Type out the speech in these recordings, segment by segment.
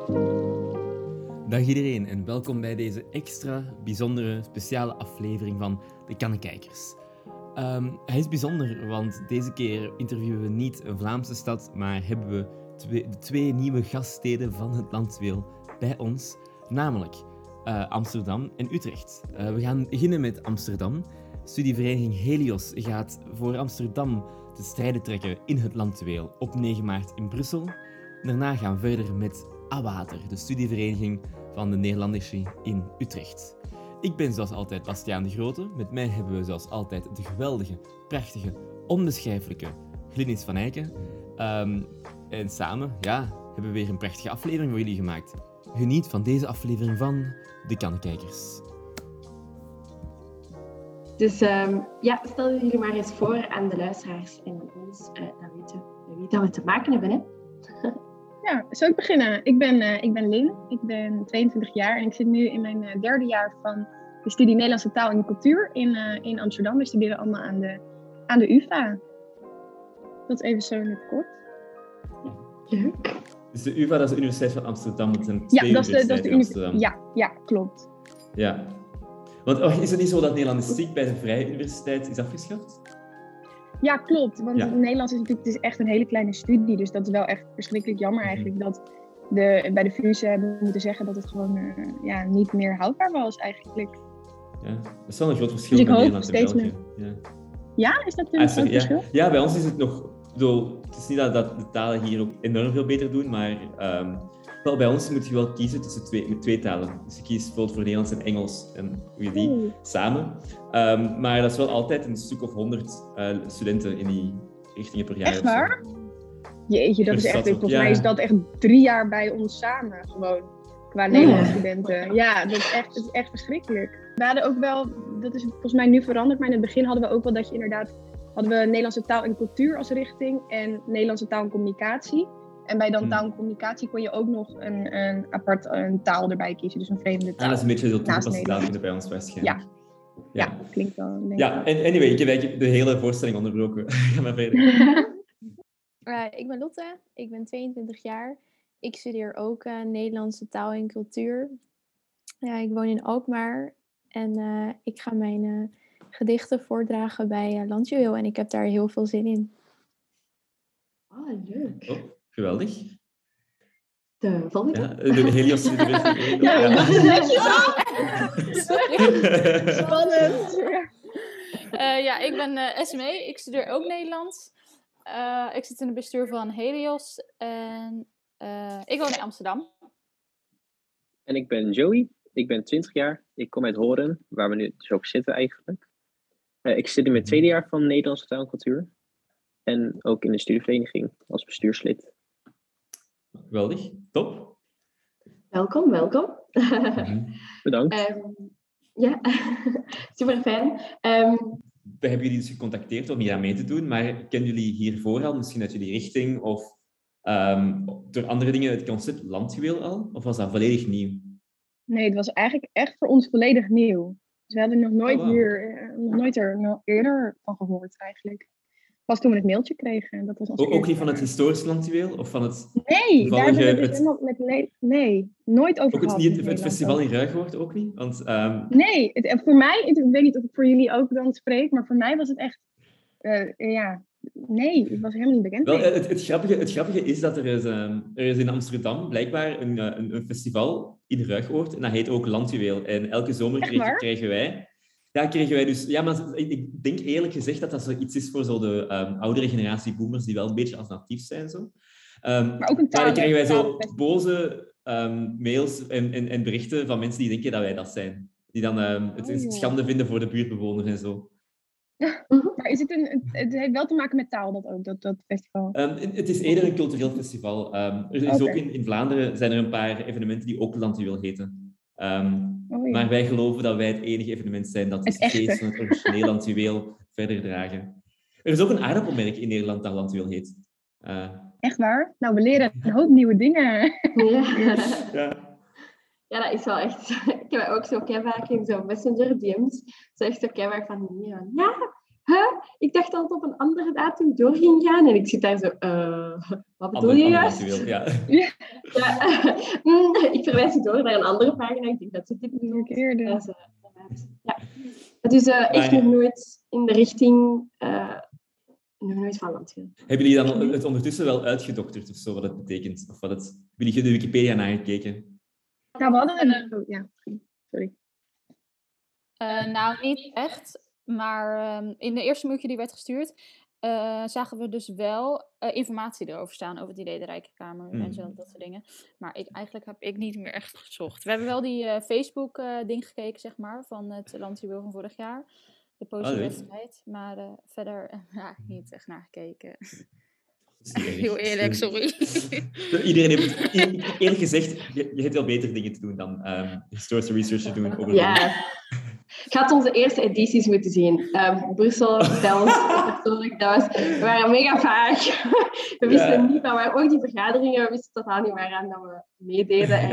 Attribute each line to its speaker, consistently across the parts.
Speaker 1: Dag iedereen en welkom bij deze extra bijzondere speciale aflevering van De Kannekijkers. Hij is bijzonder, want deze keer interviewen we niet een Vlaamse stad, maar hebben we de twee nieuwe gaststeden van het Landwiel bij ons, namelijk Amsterdam en Utrecht. We gaan beginnen met Amsterdam. Studievereniging Helios gaat voor Amsterdam de strijden trekken in het Landwiel op 9 maart in Brussel. Daarna gaan we verder met Awater, de studievereniging van de Nederlandische in Utrecht. Ik ben zoals altijd Bastiaan de Grote. Met mij hebben we zoals altijd de geweldige, prachtige, onbeschrijfelijke Glynis van Eycken. En samen hebben we weer een prachtige aflevering voor jullie gemaakt. Geniet van deze aflevering van De Kannekijkers.
Speaker 2: Dus stel jullie maar eens voor aan de luisteraars en aan ons, dan weten we wie dat we te maken hebben. Hè?
Speaker 3: Ja, zal ik beginnen? Ik ben Lin, ik ben 22 jaar en ik zit nu in mijn 3e jaar van de studie Nederlandse taal en cultuur in Amsterdam. We studeren allemaal aan de UvA. Dat is even zo in het kort.
Speaker 2: Leuk.
Speaker 1: Dus de UvA, dat is de Universiteit van Amsterdam. Dat zijn
Speaker 3: Ja,
Speaker 1: twee
Speaker 3: dat is
Speaker 1: universiteiten
Speaker 3: de
Speaker 1: in Amsterdam.
Speaker 3: Ja, klopt.
Speaker 1: Ja. Want is het niet zo dat Nederlandistiek bij de Vrije Universiteit is afgeschaft?
Speaker 3: Ja, klopt. Want
Speaker 1: Ja.
Speaker 3: het Nederlands is natuurlijk het is echt een hele kleine studie. Dus dat is wel echt verschrikkelijk jammer eigenlijk dat bij de VU's hebben moeten zeggen dat het gewoon niet meer houdbaar was eigenlijk.
Speaker 1: Ja, dat is wel een groot verschil
Speaker 3: Dus ik
Speaker 1: met
Speaker 3: hoop
Speaker 1: Nederland en
Speaker 3: steeds
Speaker 1: België.
Speaker 3: Ja, is dat een groot verschil?
Speaker 1: Ja, bij ons is het nog... Het is niet dat de talen hier ook enorm veel beter doen, maar wel, bij ons moet je wel kiezen tussen twee talen. Dus je kiest bijvoorbeeld voor Nederlands en Engels en doe je die samen. Maar dat is wel altijd een stuk of 100 studenten in die richtingen per jaar.
Speaker 3: Echt waar? Jeetje, dat is echt... Volgens
Speaker 1: Ja.
Speaker 3: mij is dat echt 3 jaar bij ons samen gewoon. Qua Nederlandse studenten. Ja, dat is echt verschrikkelijk. We hadden ook wel... Dat is volgens mij nu veranderd, maar in het begin hadden we ook wel dat je inderdaad... Hadden we Nederlandse taal en cultuur als richting en Nederlandse taal en communicatie. En bij dan taal en communicatie kon je ook nog een apart taal erbij kiezen. Dus een vreemde taal.
Speaker 1: Dat is een beetje zo toegepaste
Speaker 3: Nederlands.
Speaker 1: taalkunde bij ons waarschijnlijk.
Speaker 3: Ja, klinkt wel. Denk ik
Speaker 1: Ja,
Speaker 3: wel.
Speaker 1: anyway, ik heb eigenlijk de hele voorstelling onderbroken. Ga maar verder.
Speaker 4: Ik ben Lotte, ik ben 22 jaar. Ik studeer ook Nederlandse taal en cultuur. Ik woon in Alkmaar en ik ga mijn gedichten voordragen bij Landjuweel en ik heb daar heel veel zin in.
Speaker 2: Oh, leuk.
Speaker 1: Oh, geweldig.
Speaker 2: De volgende.
Speaker 1: Ja, de Helios zit er weer.
Speaker 4: Sorry.
Speaker 3: Spannend.
Speaker 4: Ik ben SME, ik studeer ook Nederlands. Ik zit in het bestuur van Helios en ik woon in Amsterdam.
Speaker 5: En ik ben Joey, ik ben 20 jaar, ik kom uit Horen, waar we nu dus ook zitten eigenlijk. Ik zit in mijn 2e jaar van Nederlandse taal en cultuur. En ook in de studievereniging als bestuurslid.
Speaker 1: Geweldig, top.
Speaker 2: Welkom.
Speaker 5: Bedankt.
Speaker 2: Super fijn.
Speaker 1: We hebben jullie dus gecontacteerd om hier aan mee te doen, maar kennen jullie hiervoor al, misschien uit jullie richting of door andere dingen, het concept Landjuweel al? Of was dat volledig nieuw?
Speaker 3: Nee, het was eigenlijk echt voor ons volledig nieuw. Dus we hadden nog nooit er eerder van gehoord eigenlijk. Pas toen we het mailtje kregen. Dat was ons
Speaker 1: Ook niet van het historische Landjuweel? Of van het
Speaker 3: Nee, daar hebben we
Speaker 1: toevallige...
Speaker 3: dus helemaal nooit over
Speaker 1: Ook
Speaker 3: gehad.
Speaker 1: het festival in Ruigoord ook niet? Want,
Speaker 3: Nee, voor mij, ik weet niet of ik voor jullie ook dan spreek, maar voor mij was het echt, nee, het was helemaal niet bekend.
Speaker 1: Wel, het grappige is dat er is in Amsterdam blijkbaar een festival in Ruigoord en dat heet ook Landjuweel. En elke zomer kregen wij... Ja, dus... Ja, maar ik denk eerlijk gezegd dat dat zoiets is voor zo de oudere generatie boomers die wel een beetje alternatief zijn. Zo.
Speaker 3: Maar ook een taal.
Speaker 1: Dan krijgen wij zo boze mails en berichten van mensen die denken dat wij dat zijn. Die dan het een schande vinden voor de buurtbewoners en zo.
Speaker 3: Maar is het heeft wel te maken met taal, dat festival?
Speaker 1: Het is eerder een cultureel festival. Er is ook in Vlaanderen zijn er een paar evenementen die ook Landjuweel heten. Maar wij geloven dat wij het enige evenement zijn dat de geest van het origineel Landjuweel verder dragen. Er is ook een aardappelmerk in Nederland dat Landjuweel heet.
Speaker 3: Echt waar? Nou, we leren een hoop nieuwe dingen.
Speaker 2: Ja, dat is wel echt... Ik heb ook zo vaak in zo'n Messenger DM's. Zo echt zo vaak van die van... ik dacht dat het op een andere datum door ging gaan. En ik zit daar zo, wat bedoel je juist?
Speaker 1: Ja.
Speaker 2: Ik verwijs je door naar een andere pagina. Ik denk dat ze dit bedoelt. Ja. Dus echt nog nooit in de richting... nog nooit van land gaan.
Speaker 1: Hebben jullie dan het ondertussen wel uitgedokterd of zo, wat het betekent? Of hebben jullie de Wikipedia nagekeken?
Speaker 3: Ja, we hadden ja, sorry.
Speaker 6: Nou, niet echt. Maar in de eerste mailtje die werd gestuurd, zagen we dus wel informatie erover staan, over het idee de Rijkenkamer en zo, dat soort dingen. Maar eigenlijk heb ik niet meer echt gezocht. We hebben wel die Facebook-ding gekeken, zeg maar, van het landjubileum van vorig jaar. De poëziewedstrijd. Maar verder niet echt naar gekeken. Heel eerlijk, sorry.
Speaker 1: Iedereen heeft, eerlijk gezegd, je hebt wel beter dingen te doen dan historische research te doen. Over
Speaker 2: Gaat onze eerste edities moeten zien. Brussel, Delft, persoonlijk, we waren mega vaag. We wisten niet, maar ook die vergaderingen, we wisten totaal niet waaraan dat we meededen.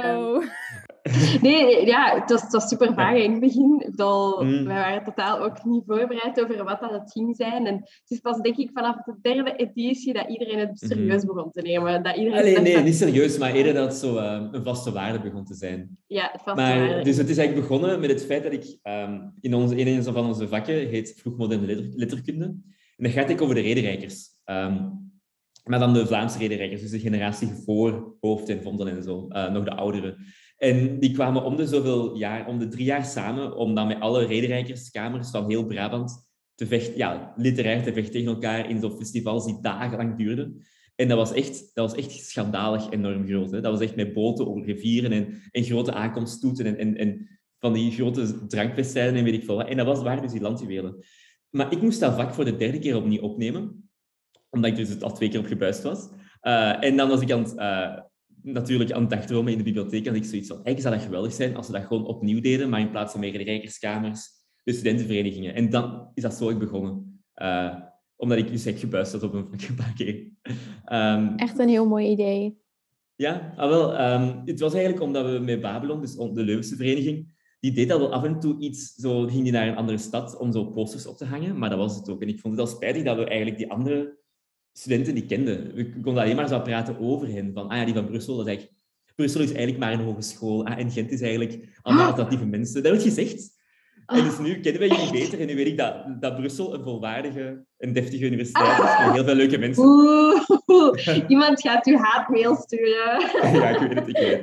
Speaker 2: Nee, ja, het was super vaag in het begin. Wij waren totaal ook niet voorbereid over wat dat het ging zijn. En het is pas, denk ik, vanaf de derde editie dat iedereen het serieus begon te nemen. Dat iedereen
Speaker 1: nee, niet serieus, maar eerder dat het zo een vaste waarde begon te zijn.
Speaker 2: Ja, het vaste waarde.
Speaker 1: Dus het is eigenlijk begonnen met het feit dat ik in een van onze vakken heet vroegmoderne letterkunde. En dat gaat eigenlijk over de rederijkers. Maar dan de Vlaamse rederijkers, dus de generatie voor Hooft en Vondel en zo, nog de ouderen. En die kwamen om de 3 jaar samen, om dan met alle rederijkerskamers van heel Brabant te vechten, literair te vechten tegen elkaar in zo'n festivals die dagenlang duurden. En dat was echt schandalig enorm groot. Hè? Dat was echt met boten over rivieren en grote aankomststoeten en van die grote drankfestijnen en weet ik veel wat. En dat waren dus die landjuwelen. Maar ik moest dat vak voor de 3e keer opnieuw opnemen, omdat ik dus al 2 keer op gebuist was. En dan was ik natuurlijk aan het dagdromen in de bibliotheek en ik zoiets van, eigenlijk zou dat geweldig zijn als ze dat gewoon opnieuw deden, maar in plaats van meer de rijkerskamers, de studentenverenigingen. En dan is dat zo ook begonnen. Omdat ik dus echt gebuist had op een paar keer.
Speaker 4: Echt een heel mooi idee.
Speaker 1: Ja, het was eigenlijk omdat we met Babylon, dus de Leuvense vereniging, die deed dat wel af en toe iets, zo ging die naar een andere stad om zo posters op te hangen, maar dat was het ook. En ik vond het al spijtig dat we eigenlijk die andere studenten die kenden. We konden alleen maar zo praten over hen. Van, die van Brussel, Brussel is eigenlijk maar een hogeschool. En Gent is eigenlijk allemaal alternatieve mensen. Dat wordt gezegd. En dus nu kennen wij jullie beter. En nu weet ik dat Brussel een volwaardige en deftige universiteit is. Met heel veel leuke mensen.
Speaker 2: Iemand gaat u haatmail sturen.
Speaker 1: Ja, ik weet het.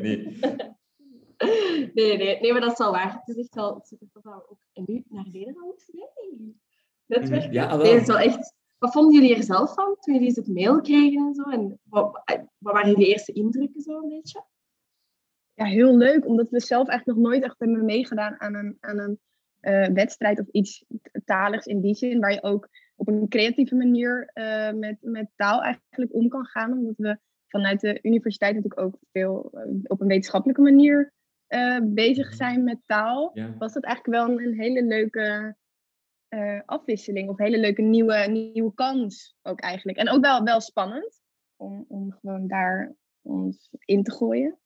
Speaker 2: Nee, maar dat is wel waar. Het is echt wel super dat we ook nu naar Nederland. Nee. Netwerk. Nee, is wel echt... Wat vonden jullie er zelf van toen jullie het mail kregen en zo? En wat waren jullie eerste indrukken zo een beetje?
Speaker 3: Ja, heel leuk, omdat we zelf eigenlijk nog nooit echt hebben meegedaan aan een wedstrijd of iets taligs in die zin, waar je ook op een creatieve manier met taal eigenlijk om kan gaan. Omdat we vanuit de universiteit natuurlijk ook veel op een wetenschappelijke manier bezig zijn met taal. Ja. Was dat eigenlijk wel een hele leuke... afwisseling of hele leuke nieuwe kans ook eigenlijk. En ook wel spannend om gewoon daar ons in te gooien.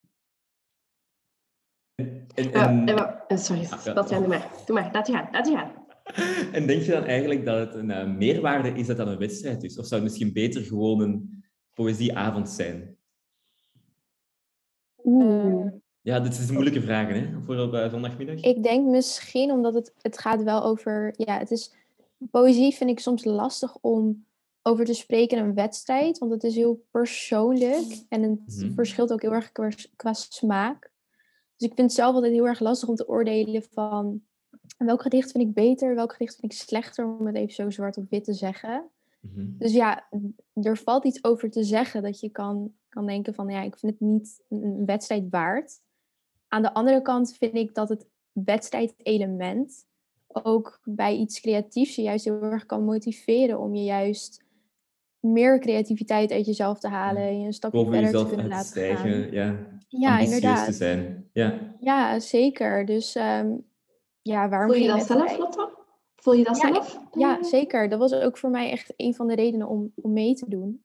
Speaker 2: Sorry, doe maar. Laat je gaan.
Speaker 1: En denk je dan eigenlijk dat het een meerwaarde is dat dan een wedstrijd is? Of zou het misschien beter gewoon een poëzieavond zijn? Ja, dit is een moeilijke vraag, hè, voor op zondagmiddag.
Speaker 4: Ik denk misschien omdat het gaat wel over... poëzie vind ik soms lastig om over te spreken in een wedstrijd. Want het is heel persoonlijk. En het verschilt ook heel erg qua smaak. Dus ik vind het zelf altijd heel erg lastig om te oordelen van... welk gedicht vind ik beter, welk gedicht vind ik slechter... om het even zo zwart op wit te zeggen. Dus ja, er valt iets over te zeggen... dat je kan denken van... ik vind het niet een wedstrijd waard... Aan de andere kant vind ik dat het wedstrijdelement ook bij iets creatiefs je juist heel erg kan motiveren om je juist meer creativiteit uit jezelf te halen en je een stapje verder te kunnen laten
Speaker 1: stijgen,
Speaker 4: gaan. Ja, inderdaad.
Speaker 1: Te zijn.
Speaker 4: Ja, zeker. Dus waarom
Speaker 2: voel je dat zelf, Lotte? Voel je dat zelf?
Speaker 4: Ja, zeker. Dat was ook voor mij echt een van de redenen om mee te doen.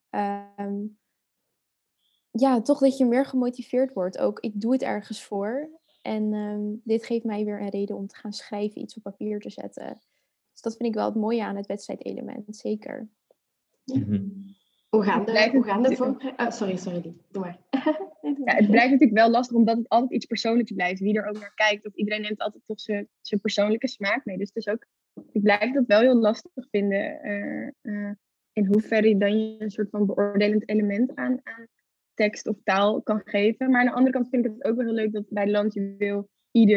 Speaker 4: Toch dat je meer gemotiveerd wordt. Ook, ik doe het ergens voor. En dit geeft mij weer een reden om te gaan schrijven, iets op papier te zetten. Dus dat vind ik wel het mooie aan het wedstrijdelement, zeker.
Speaker 2: Hoe gaan de voorbereidingen? Sorry, doe maar.
Speaker 3: Ja, het blijft natuurlijk wel lastig, omdat het altijd iets persoonlijks blijft. Wie er ook naar kijkt, of iedereen neemt altijd toch zijn persoonlijke smaak mee. Dus het is ook, ik blijf dat wel heel lastig vinden. In hoeverre dan je een soort van beoordelend element aan tekst of taal kan geven. Maar aan de andere kant vind ik het ook wel heel leuk dat bij Landjuweel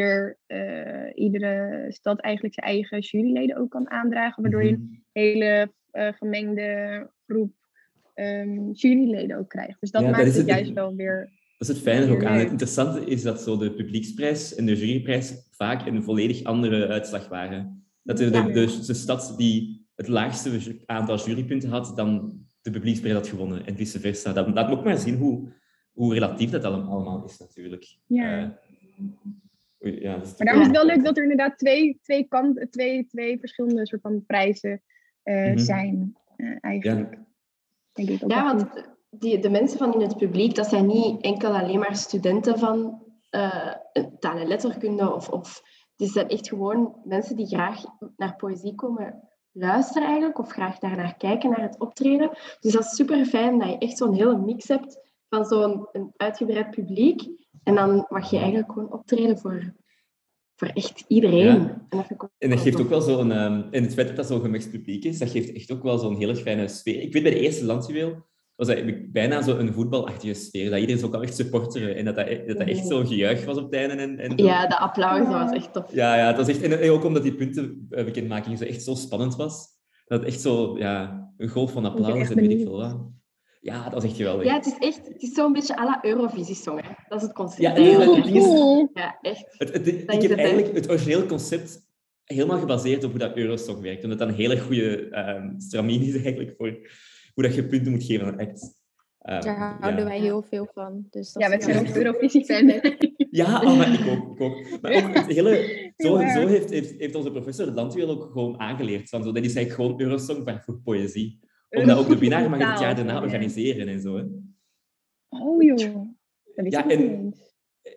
Speaker 3: iedere stad eigenlijk zijn eigen juryleden ook kan aandragen. Waardoor je een hele gemengde groep juryleden ook krijgt. Dus dat maakt het juist wel weer...
Speaker 1: Dat is het fijne er ook aan. Het interessante is dat zo de publieksprijs en de juryprijs vaak een volledig andere uitslag waren. Dat de stad die het laagste aantal jurypunten had, dan de publieksprijs had gewonnen en vice versa. Dat laat me ook maar zien hoe relatief dat allemaal is natuurlijk.
Speaker 3: Ja. Maar daarom is het wel leuk dat er inderdaad twee verschillende soort van prijzen zijn, eigenlijk.
Speaker 1: Ja.
Speaker 3: Denk ik ook
Speaker 2: want de mensen van in het publiek, dat zijn niet enkel alleen maar studenten van taal en letterkunde. Of die zijn echt gewoon mensen die graag naar poëzie komen luisteren eigenlijk. Of graag daarnaar kijken, naar het optreden. Dus dat is super fijn dat je echt zo'n hele mix hebt van zo'n uitgebreid publiek. En dan mag je eigenlijk gewoon optreden voor echt iedereen.
Speaker 1: Ja. En dat geeft ook wel zo'n... en het feit dat dat zo'n gemengd publiek is, dat geeft echt ook wel zo'n hele fijne sfeer. Ik weet, bij de eerste Landjuweel was dat bijna zo'n voetbalachtige sfeer. Dat iedereen zo kwam echt supporteren. En dat echt zo'n gejuich was op het einde. En
Speaker 2: ja, de applaus, dat was echt tof.
Speaker 1: Ja, het was echt... En ook omdat die puntenbekendmaking zo echt zo spannend was. Dat het echt zo... Ja, een golf van applaus en weet ik veel wat. Ja, dat was echt geweldig.
Speaker 2: Ja, het is zo'n beetje à la Eurovisie-song. Dat is het concept.
Speaker 1: Ja,
Speaker 2: ja, echt.
Speaker 1: Ik heb eigenlijk het origineel concept helemaal gebaseerd op hoe dat Eurosong werkt. Omdat dat een hele goede stramien is eigenlijk voor hoe dat je punten moet geven aan een act.
Speaker 4: Daar houden wij heel veel van. Dus dat
Speaker 3: wij zijn ook Eurovisie-fan.
Speaker 1: Ja, maar ik ook. Maar ook het hele... Zo heeft onze professor Landjuweel ook gewoon aangeleerd. Van zo, dat is eigenlijk gewoon Eurosong voor poëzie. Omdat ook de winnaar mag het jaar daarna organiseren en zo. Hè.
Speaker 3: Oh joh, dat wist ik niet eens.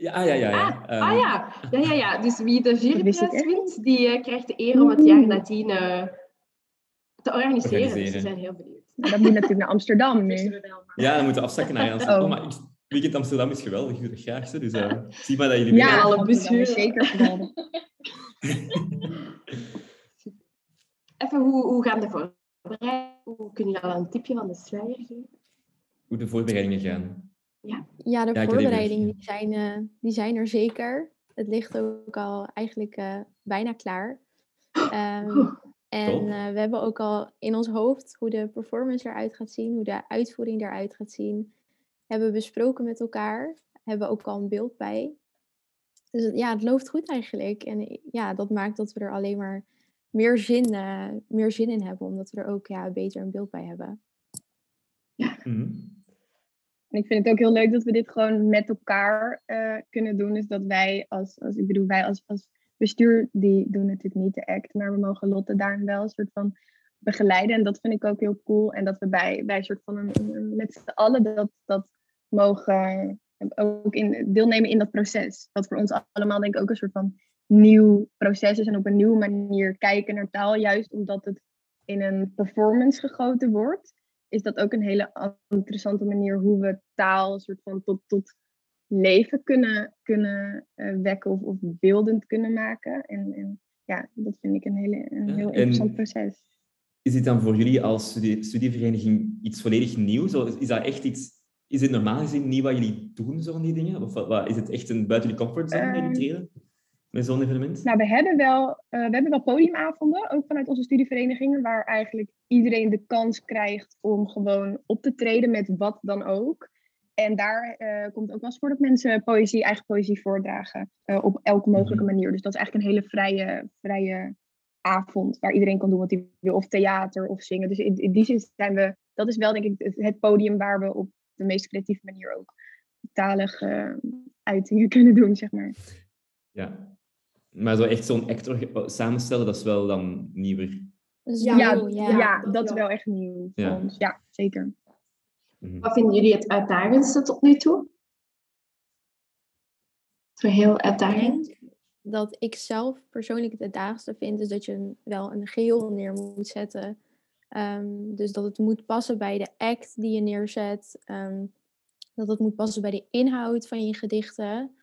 Speaker 2: Ja. Dus wie de juryprijs wint, die krijgt de eer om het jaar nadien te organiseren. Dus we zijn heel benieuwd.
Speaker 3: Maar dat moet natuurlijk naar Amsterdam nu.
Speaker 1: Ja, dan moeten we afzakken naar Amsterdam. Maar Weekend Amsterdam is geweldig, ik doe dat graag. Dus zie maar dat jullie...
Speaker 3: Ja, alle bushuren. Zeker geweldig.
Speaker 2: Even, hoe gaan de voorbereidingen? Hoe kun je al een tipje van de sluier geven?
Speaker 1: Hoe de voorbereidingen gaan?
Speaker 4: Ja, de voorbereidingen die zijn er zeker. Het ligt ook al eigenlijk bijna klaar. En we hebben ook al in ons hoofd hoe de performance eruit gaat zien, hoe de uitvoering eruit gaat zien. Hebben we besproken met elkaar. Hebben we ook al een beeld bij. Dus het loopt goed eigenlijk. En dat maakt dat we er alleen maar meer zin in hebben. Omdat we er ook beter een beeld bij hebben.
Speaker 3: Ja. En ik vind het ook heel leuk dat we dit gewoon met elkaar kunnen doen. Dus dat wij als bestuur, die doen natuurlijk niet de act. Maar we mogen Lotte daarin wel een soort van begeleiden. En dat vind ik ook heel cool. En dat we bij een soort van met z'n allen dat mogen ook deelnemen in dat proces. Wat voor ons allemaal denk ik ook een soort van nieuw proces is. En op een nieuwe manier kijken naar taal. Juist omdat het in een performance gegoten wordt. Is dat ook een hele interessante manier hoe we taal een soort van tot leven kunnen wekken of beeldend kunnen maken. En dat vind ik een heel interessant proces.
Speaker 1: Is dit dan voor jullie als studievereniging iets volledig nieuws? Is dat echt iets... Is het normaal gezien niet wat jullie doen, zo'n die dingen? Of is het echt een buiten jullie comfortzone dat jullie treden? Met zo'n evenement?
Speaker 3: Nou, we hebben wel podiumavonden, ook vanuit onze studieverenigingen, waar eigenlijk iedereen de kans krijgt om gewoon op te treden met wat dan ook. En daar komt ook wel eens voor dat mensen eigen poëzie voordragen op elke mogelijke manier. Dus dat is eigenlijk een hele vrije avond waar iedereen kan doen wat hij wil, of theater of zingen. Dus in die zin zijn dat is wel denk ik het podium waar we op de meest creatieve manier ook talige uitingen kunnen doen, zeg maar.
Speaker 1: Ja. Maar zo echt zo'n actor samenstellen, dat is wel dan nieuwer.
Speaker 3: Dat is wel echt nieuw voor ons. Ja, zeker.
Speaker 2: Wat vinden jullie het uitdagendste tot nu toe? Zo heel uitdagend?
Speaker 4: dat ik zelf persoonlijk het uitdagendste vind, is dat je wel een geheel neer moet zetten. Dus dat het moet passen bij de act die je neerzet. Dat het moet passen bij de inhoud van je gedichten.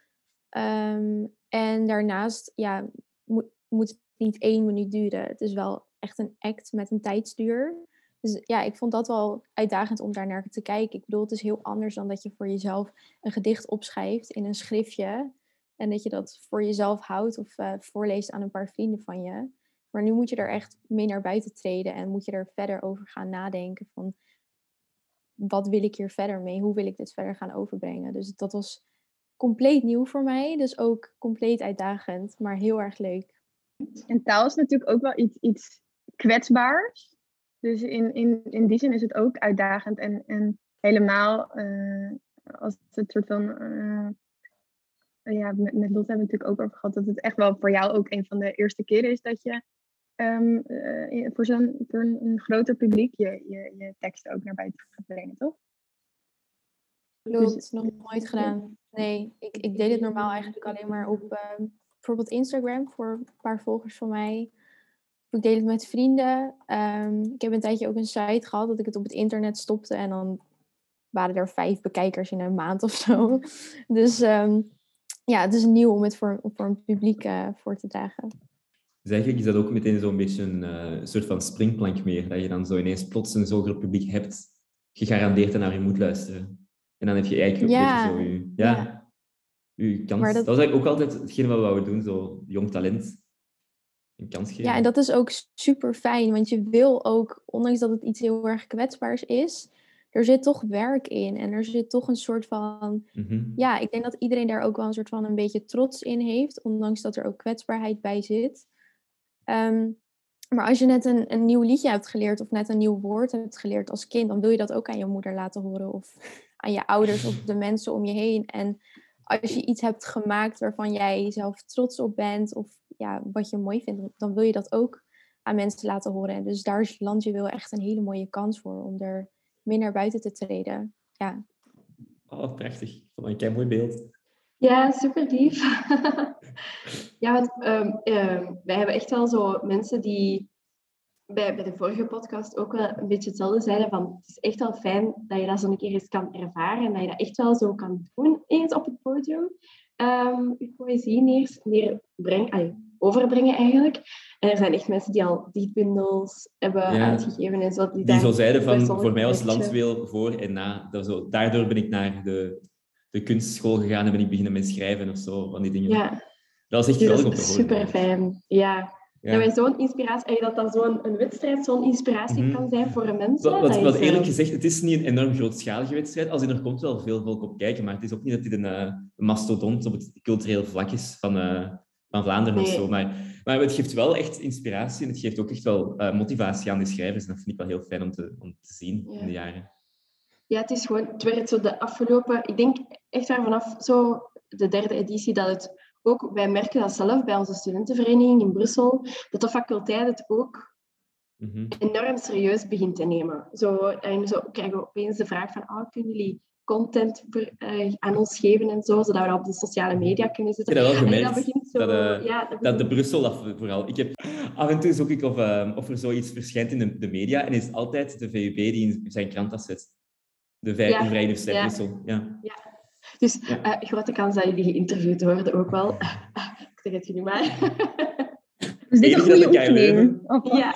Speaker 4: En daarnaast moet het niet 1 minuut duren. Het is wel echt een act met een tijdsduur. Dus ja, ik vond dat wel uitdagend om daar naar te kijken. Ik bedoel, het is heel anders dan dat je voor jezelf een gedicht opschrijft in een schriftje. En dat je dat voor jezelf houdt of voorleest aan een paar vrienden van je. Maar nu moet je er echt mee naar buiten treden en moet je er verder over gaan nadenken van wat wil ik hier verder mee? Hoe wil ik dit verder gaan overbrengen? Dus dat was compleet nieuw voor mij. Dus ook compleet uitdagend, maar heel erg leuk.
Speaker 3: En taal is natuurlijk ook wel iets kwetsbaars. Dus in die zin is het ook uitdagend. En helemaal als het soort van... met Lotte hebben we het natuurlijk ook over gehad dat het echt wel voor jou ook een van de eerste keren is dat je voor een groter publiek je teksten ook naar buiten gaat brengen, toch?
Speaker 4: Klopt, dus, nog nooit gedaan. Nee, ik deed het normaal eigenlijk alleen maar op bijvoorbeeld Instagram voor een paar volgers van mij. Ik deed het met vrienden. Ik heb een tijdje ook een site gehad dat ik het op het internet stopte en dan waren er 5 bekijkers in een maand of zo. Dus het is nieuw om het voor een publiek voor te dragen.
Speaker 1: Dus eigenlijk is dat ook meteen zo'n beetje een soort van springplank meer, dat je dan zo ineens plots een zo groot publiek hebt, gegarandeerd en naar je moet luisteren. En dan heb je eigenlijk ook een beetje zo je kans. Dat was eigenlijk ook altijd hetgeen wat we wouden doen, zo jong talent een kans geven.
Speaker 4: Ja, en dat is ook super fijn, want je wil ook, ondanks dat het iets heel erg kwetsbaars is, er zit toch werk in en er zit toch een soort van... Ja, ik denk dat iedereen daar ook wel een soort van een beetje trots in heeft, ondanks dat er ook kwetsbaarheid bij zit. Maar als je net een nieuw liedje hebt geleerd of net een nieuw woord hebt geleerd als kind, dan wil je dat ook aan je moeder laten horen of aan je ouders of de mensen om je heen. En als je iets hebt gemaakt waarvan jij zelf trots op bent of wat je mooi vindt, dan wil je dat ook aan mensen laten horen. En dus daar is Land je Wil echt een hele mooie kans voor om er meer naar buiten te treden. Ja.
Speaker 1: Oh, prachtig. Ik vond dat een mooi beeld.
Speaker 2: Ja, super lief. Want wij hebben echt wel zo mensen die bij de vorige podcast ook wel een beetje hetzelfde zeiden van het is echt wel fijn dat je dat zo een keer eens kan ervaren en dat je dat echt wel zo kan doen eens op het podium. Je poëzie overbrengen eigenlijk. En er zijn echt mensen die al dichtbundels hebben uitgegeven en zo.
Speaker 1: Die zo zeiden van, voor mij was Land je Wil voor en na. Daardoor ben ik naar de kunstschool gegaan en ben ik beginnen met schrijven of zo, van die dingen. Ja. Dat was echt geweldig om te horen.
Speaker 2: Super fijn, ja. Dat wij zo'n inspiratie, dat zo'n wedstrijd zo'n inspiratie kan zijn voor een mens.
Speaker 1: Wat eerlijk gezegd, het is niet een enorm grootschalige wedstrijd. Als er komt wel veel volk op kijken, maar het is ook niet dat dit een mastodont op het cultureel vlak is van Vlaanderen of zo. Maar het geeft wel echt inspiratie en het geeft ook echt wel motivatie aan de schrijvers. En dat vind ik wel heel fijn om te zien in de jaren.
Speaker 2: Ja, het werd zo de afgelopen... Ik denk echt waar vanaf zo de 3e editie dat het ook... Wij merken dat zelf bij onze studentenvereniging in Brussel, dat de faculteit het ook enorm serieus begint te nemen. Zo krijgen we opeens de vraag van, kunnen jullie content aan ons geven en zo, zodat we dat op de sociale media kunnen zetten.
Speaker 1: Ik heb dat wel gemerkt, dat de Brussel dat vooral... Af en toe zoek ik of er zoiets verschijnt in de media en is het altijd de VUB die in zijn krant dat zet. De Vrije Universiteit Brussel. Ja.
Speaker 2: Dus grote kans dat jullie geïnterviewd worden ook wel. Ik zeg het jullie maar.
Speaker 3: Is dit een goede oefening?
Speaker 2: Ja.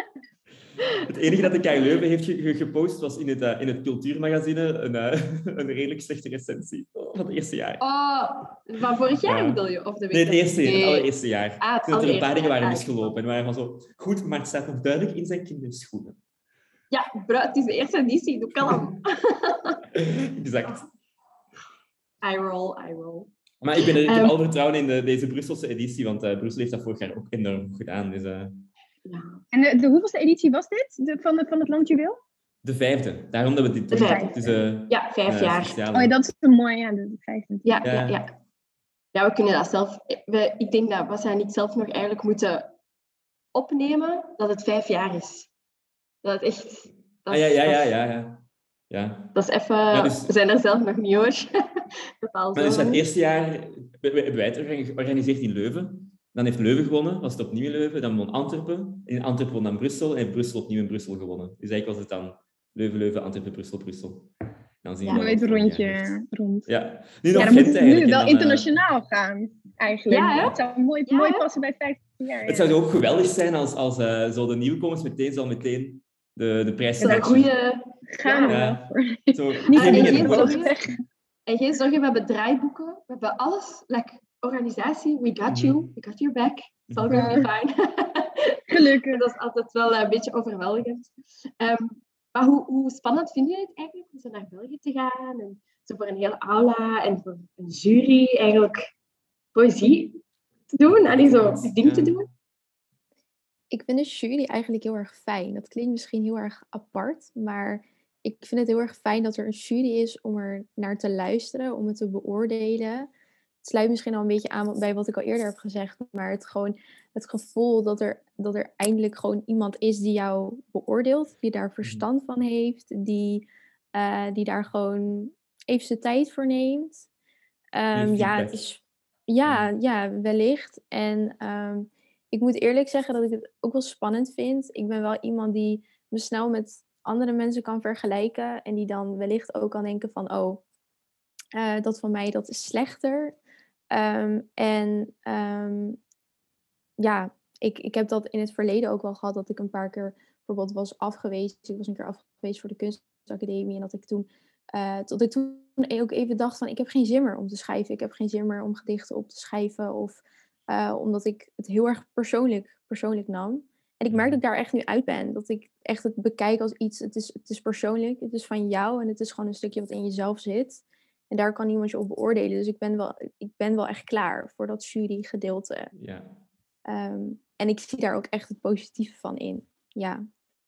Speaker 1: Het enige dat de KU Leuven heeft gepost was in het cultuurmagazine een redelijk slechte recensie van het eerste jaar.
Speaker 2: Van vorig jaar bedoel je? Of de week
Speaker 1: het allereerste jaar. Toen er een paar dingen waren misgelopen. En waren van zo, goed, maar het staat nog duidelijk in zijn kinderschoenen.
Speaker 2: Ja, het is de eerste editie, doe kalm.
Speaker 1: Exact.
Speaker 2: I roll.
Speaker 1: Maar ik heb al vertrouwen in deze Brusselse editie, want Brussel heeft dat vorig jaar ook enorm goed gedaan. Dus,
Speaker 3: En de hoeveelste editie was dit van het Land je Wil?
Speaker 1: De 5e, daarom dat we dit doen.
Speaker 2: De 5e. 5 jaar.
Speaker 3: Dat is een mooi, de 5e.
Speaker 2: Ja, we kunnen dat zelf... Ik denk dat Bassa en ik zelf nog eigenlijk moeten opnemen dat het 5 jaar is. Dat het echt...
Speaker 1: Ja. Ja.
Speaker 2: Dat is even... Dus... We zijn er zelf nog niet, hoor.
Speaker 1: Maar dus het eerste jaar hebben wij het georganiseerd in Leuven. Dan heeft Leuven gewonnen, was het opnieuw in Leuven. Dan won Antwerpen. In Antwerpen won dan Brussel. En Brussel opnieuw in Brussel gewonnen. Dus eigenlijk was het dan Leuven, Leuven, Antwerpen, Brussel, Brussel. Dan zien we
Speaker 3: het rondje rond.
Speaker 1: Ja, nu nog
Speaker 3: dan
Speaker 1: Gent
Speaker 3: moet het nu wel internationaal gaan, eigenlijk.
Speaker 2: Ja,
Speaker 3: het zou mooi passen bij 15 jaar.
Speaker 1: Het zou ook geweldig zijn als zo de nieuwkomers meteen de prijs
Speaker 2: zijn. Goede...
Speaker 3: Gaan we
Speaker 1: Zo,
Speaker 2: en geen zorgen, we hebben draaiboeken. We hebben alles. Like, organisatie, we got you. We got your back. It's all gonna be fine.
Speaker 3: Gelukkig.
Speaker 2: Dat is altijd wel een beetje overweldigend. Maar hoe spannend vind je het eigenlijk om zo naar België te gaan? En zo voor een hele aula en voor een jury eigenlijk poëzie te doen? En zo een ding te doen?
Speaker 4: Ik vind de jury eigenlijk heel erg fijn. Dat klinkt misschien heel erg apart, maar ik vind het heel erg fijn dat er een jury is om er naar te luisteren, om het te beoordelen. Het sluit misschien al een beetje aan bij wat ik al eerder heb gezegd, maar het gevoel dat er eindelijk gewoon iemand is die jou beoordeelt, die daar verstand van heeft, die daar gewoon even zijn tijd voor neemt. Het is, wellicht. En ik moet eerlijk zeggen dat ik het ook wel spannend vind. Ik ben wel iemand die me snel met andere mensen kan vergelijken en die dan wellicht ook kan denken van, dat van mij, dat is slechter. Ik heb dat in het verleden ook wel gehad, dat ik een paar keer bijvoorbeeld was afgewezen. Ik was een keer afgewezen voor de kunstacademie en dat ik toen ook even dacht van, ik heb geen zin meer om te schrijven. Ik heb geen zin meer om gedichten op te schrijven of omdat ik het heel erg persoonlijk nam. En ik merk dat ik daar echt nu uit ben. Dat ik echt het bekijk als iets, het is persoonlijk, het is van jou en het is gewoon een stukje wat in jezelf zit. En daar kan iemand je op beoordelen. Dus ik ben wel echt klaar voor dat jurygedeelte.
Speaker 1: Ja.
Speaker 4: En ik zie daar ook echt het positieve van in. Ja.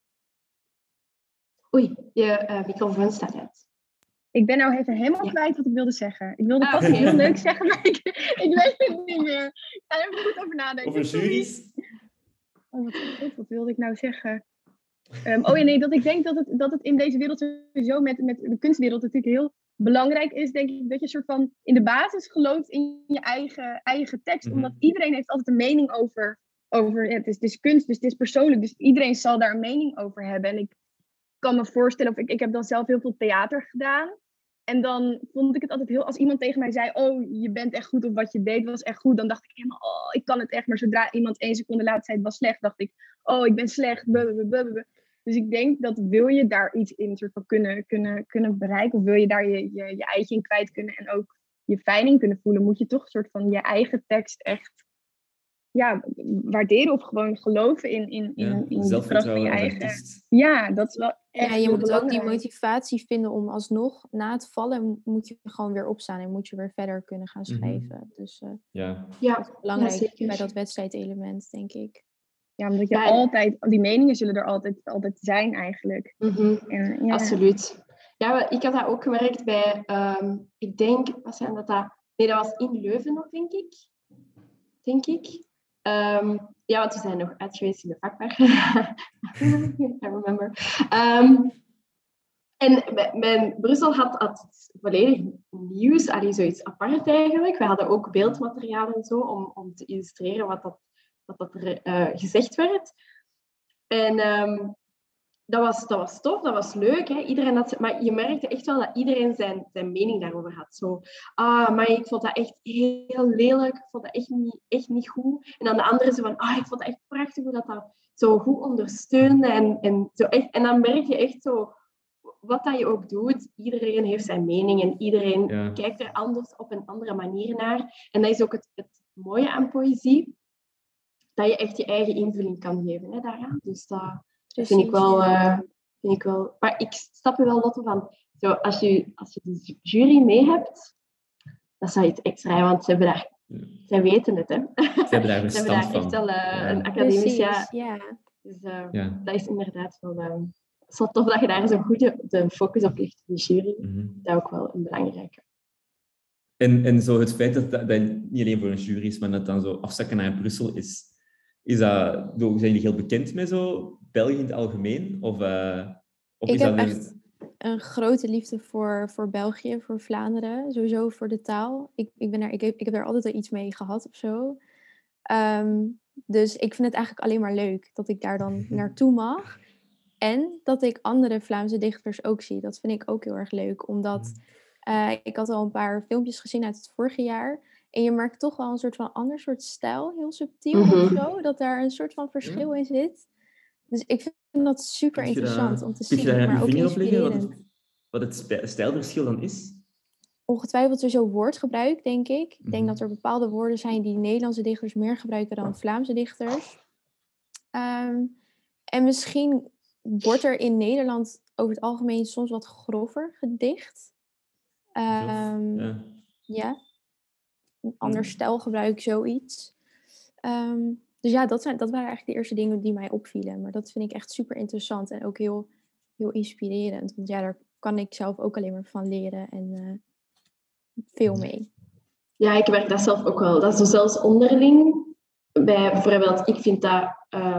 Speaker 2: Oei, je microfoon staat uit.
Speaker 3: Ik ben nou even helemaal kwijt wat ik wilde zeggen. Ik wilde pas heel leuk zeggen, maar ik weet het niet meer. Ik ga er even goed over nadenken.
Speaker 1: Over juries?
Speaker 3: Wat wilde ik nou zeggen? Dat ik denk dat het in deze wereld sowieso met de kunstwereld natuurlijk heel belangrijk is, denk ik, dat je soort van in de basis gelooft in je eigen tekst. Mm-hmm. Omdat iedereen heeft altijd een mening over het is kunst, dus het is persoonlijk. Dus iedereen zal daar een mening over hebben. En ik kan me voorstellen, of ik heb dan zelf heel veel theater gedaan. En dan vond ik het altijd heel, als iemand tegen mij zei, je bent echt goed, of wat je deed was echt goed, dan dacht ik helemaal, ik kan het echt. Maar zodra iemand 1 seconde later zei, het was slecht, dacht ik, ik ben slecht. Dus ik denk dat wil je daar iets in soort van kunnen bereiken, of wil je daar je eitje in kwijt kunnen en ook je fijn in kunnen voelen, moet je toch een soort van je eigen tekst echt waarderen of gewoon geloven in de kracht van je eigen. Ja, dat is wel echt
Speaker 4: je moet ook die motivatie vinden om alsnog na het vallen moet je gewoon weer opstaan en moet je weer verder kunnen gaan schrijven. Mm-hmm. Dus dat is belangrijk bij dat wedstrijdelement, denk ik.
Speaker 3: Ja, omdat je altijd, die meningen zullen er altijd zijn eigenlijk.
Speaker 2: Mm-hmm. En, absoluut. Ja, ik had dat ook gemerkt bij, ik denk, dat was in Leuven nog, denk ik. Want we zijn nog uit geweest in de vakbar. I remember. En Brussel had volledig nieuws, zoiets apart eigenlijk. We hadden ook beeldmateriaal en zo om te illustreren wat er gezegd werd. En dat was tof, dat was leuk. Hè? Iedereen maar je merkte echt wel dat iedereen zijn mening daarover had. Zo, maar ik vond dat echt heel lelijk. Ik vond dat echt niet goed. En dan de anderen zo van, ik vond het echt prachtig hoe dat zo goed ondersteunde. En, zo echt, en dan merk je echt zo, wat dat je ook doet, iedereen heeft zijn mening en iedereen kijkt er anders op een andere manier naar. En dat is ook het mooie aan poëzie, dat je echt je eigen invulling kan geven daaraan. Dus dat vind ik wel... Maar ik snap er wel dat van... Zo, als je de jury mee hebt, dat zou iets extra, want zij weten het, hè.
Speaker 1: Ze hebben daar een stand van.
Speaker 2: Echt wel een academisch... Dus dat is inderdaad wel... Het is wel tof dat je daar zo goed de focus op ligt, de jury. Mm-hmm. Dat is ook wel een belangrijke.
Speaker 1: En zo het feit dat niet alleen voor een jury is, maar dat dan zo afzakken naar Brussel is zijn jullie heel bekend met zo België in het algemeen? Of is dat
Speaker 4: een grote liefde voor België, voor Vlaanderen. Sowieso voor de taal. Ik heb daar altijd al iets mee gehad of zo. Dus ik vind het eigenlijk alleen maar leuk dat ik daar dan naartoe mag. En dat ik andere Vlaamse dichters ook zie. Dat vind ik ook heel erg leuk. Omdat ik had al een paar filmpjes gezien uit het vorige jaar. En je merkt toch wel een soort van ander soort stijl. Heel subtiel of zo. Dat daar een soort van verschil in zit. Dus ik vind dat super interessant om te zien.
Speaker 1: Kun je daar
Speaker 4: maar
Speaker 1: je
Speaker 4: ook
Speaker 1: vinger op leggen
Speaker 4: inspirerend.
Speaker 1: wat het stijlverschil dan is?
Speaker 4: Ongetwijfeld sowieso woordgebruik, denk ik. Ik denk dat er bepaalde woorden zijn die Nederlandse dichters meer gebruiken dan Vlaamse dichters. En misschien wordt er in Nederland over het algemeen soms wat grover gedicht. Ja. Een ander stijlgebruik, zoiets. Dus ja, dat waren eigenlijk de eerste dingen die mij opvielen. Maar dat vind ik echt super interessant en ook heel, heel inspirerend. Want ja, daar kan ik zelf ook alleen maar van leren en veel mee.
Speaker 2: Ja, ik werk dat zelf ook wel. Dat is dus zelfs onderling. Bijvoorbeeld, ik vind dat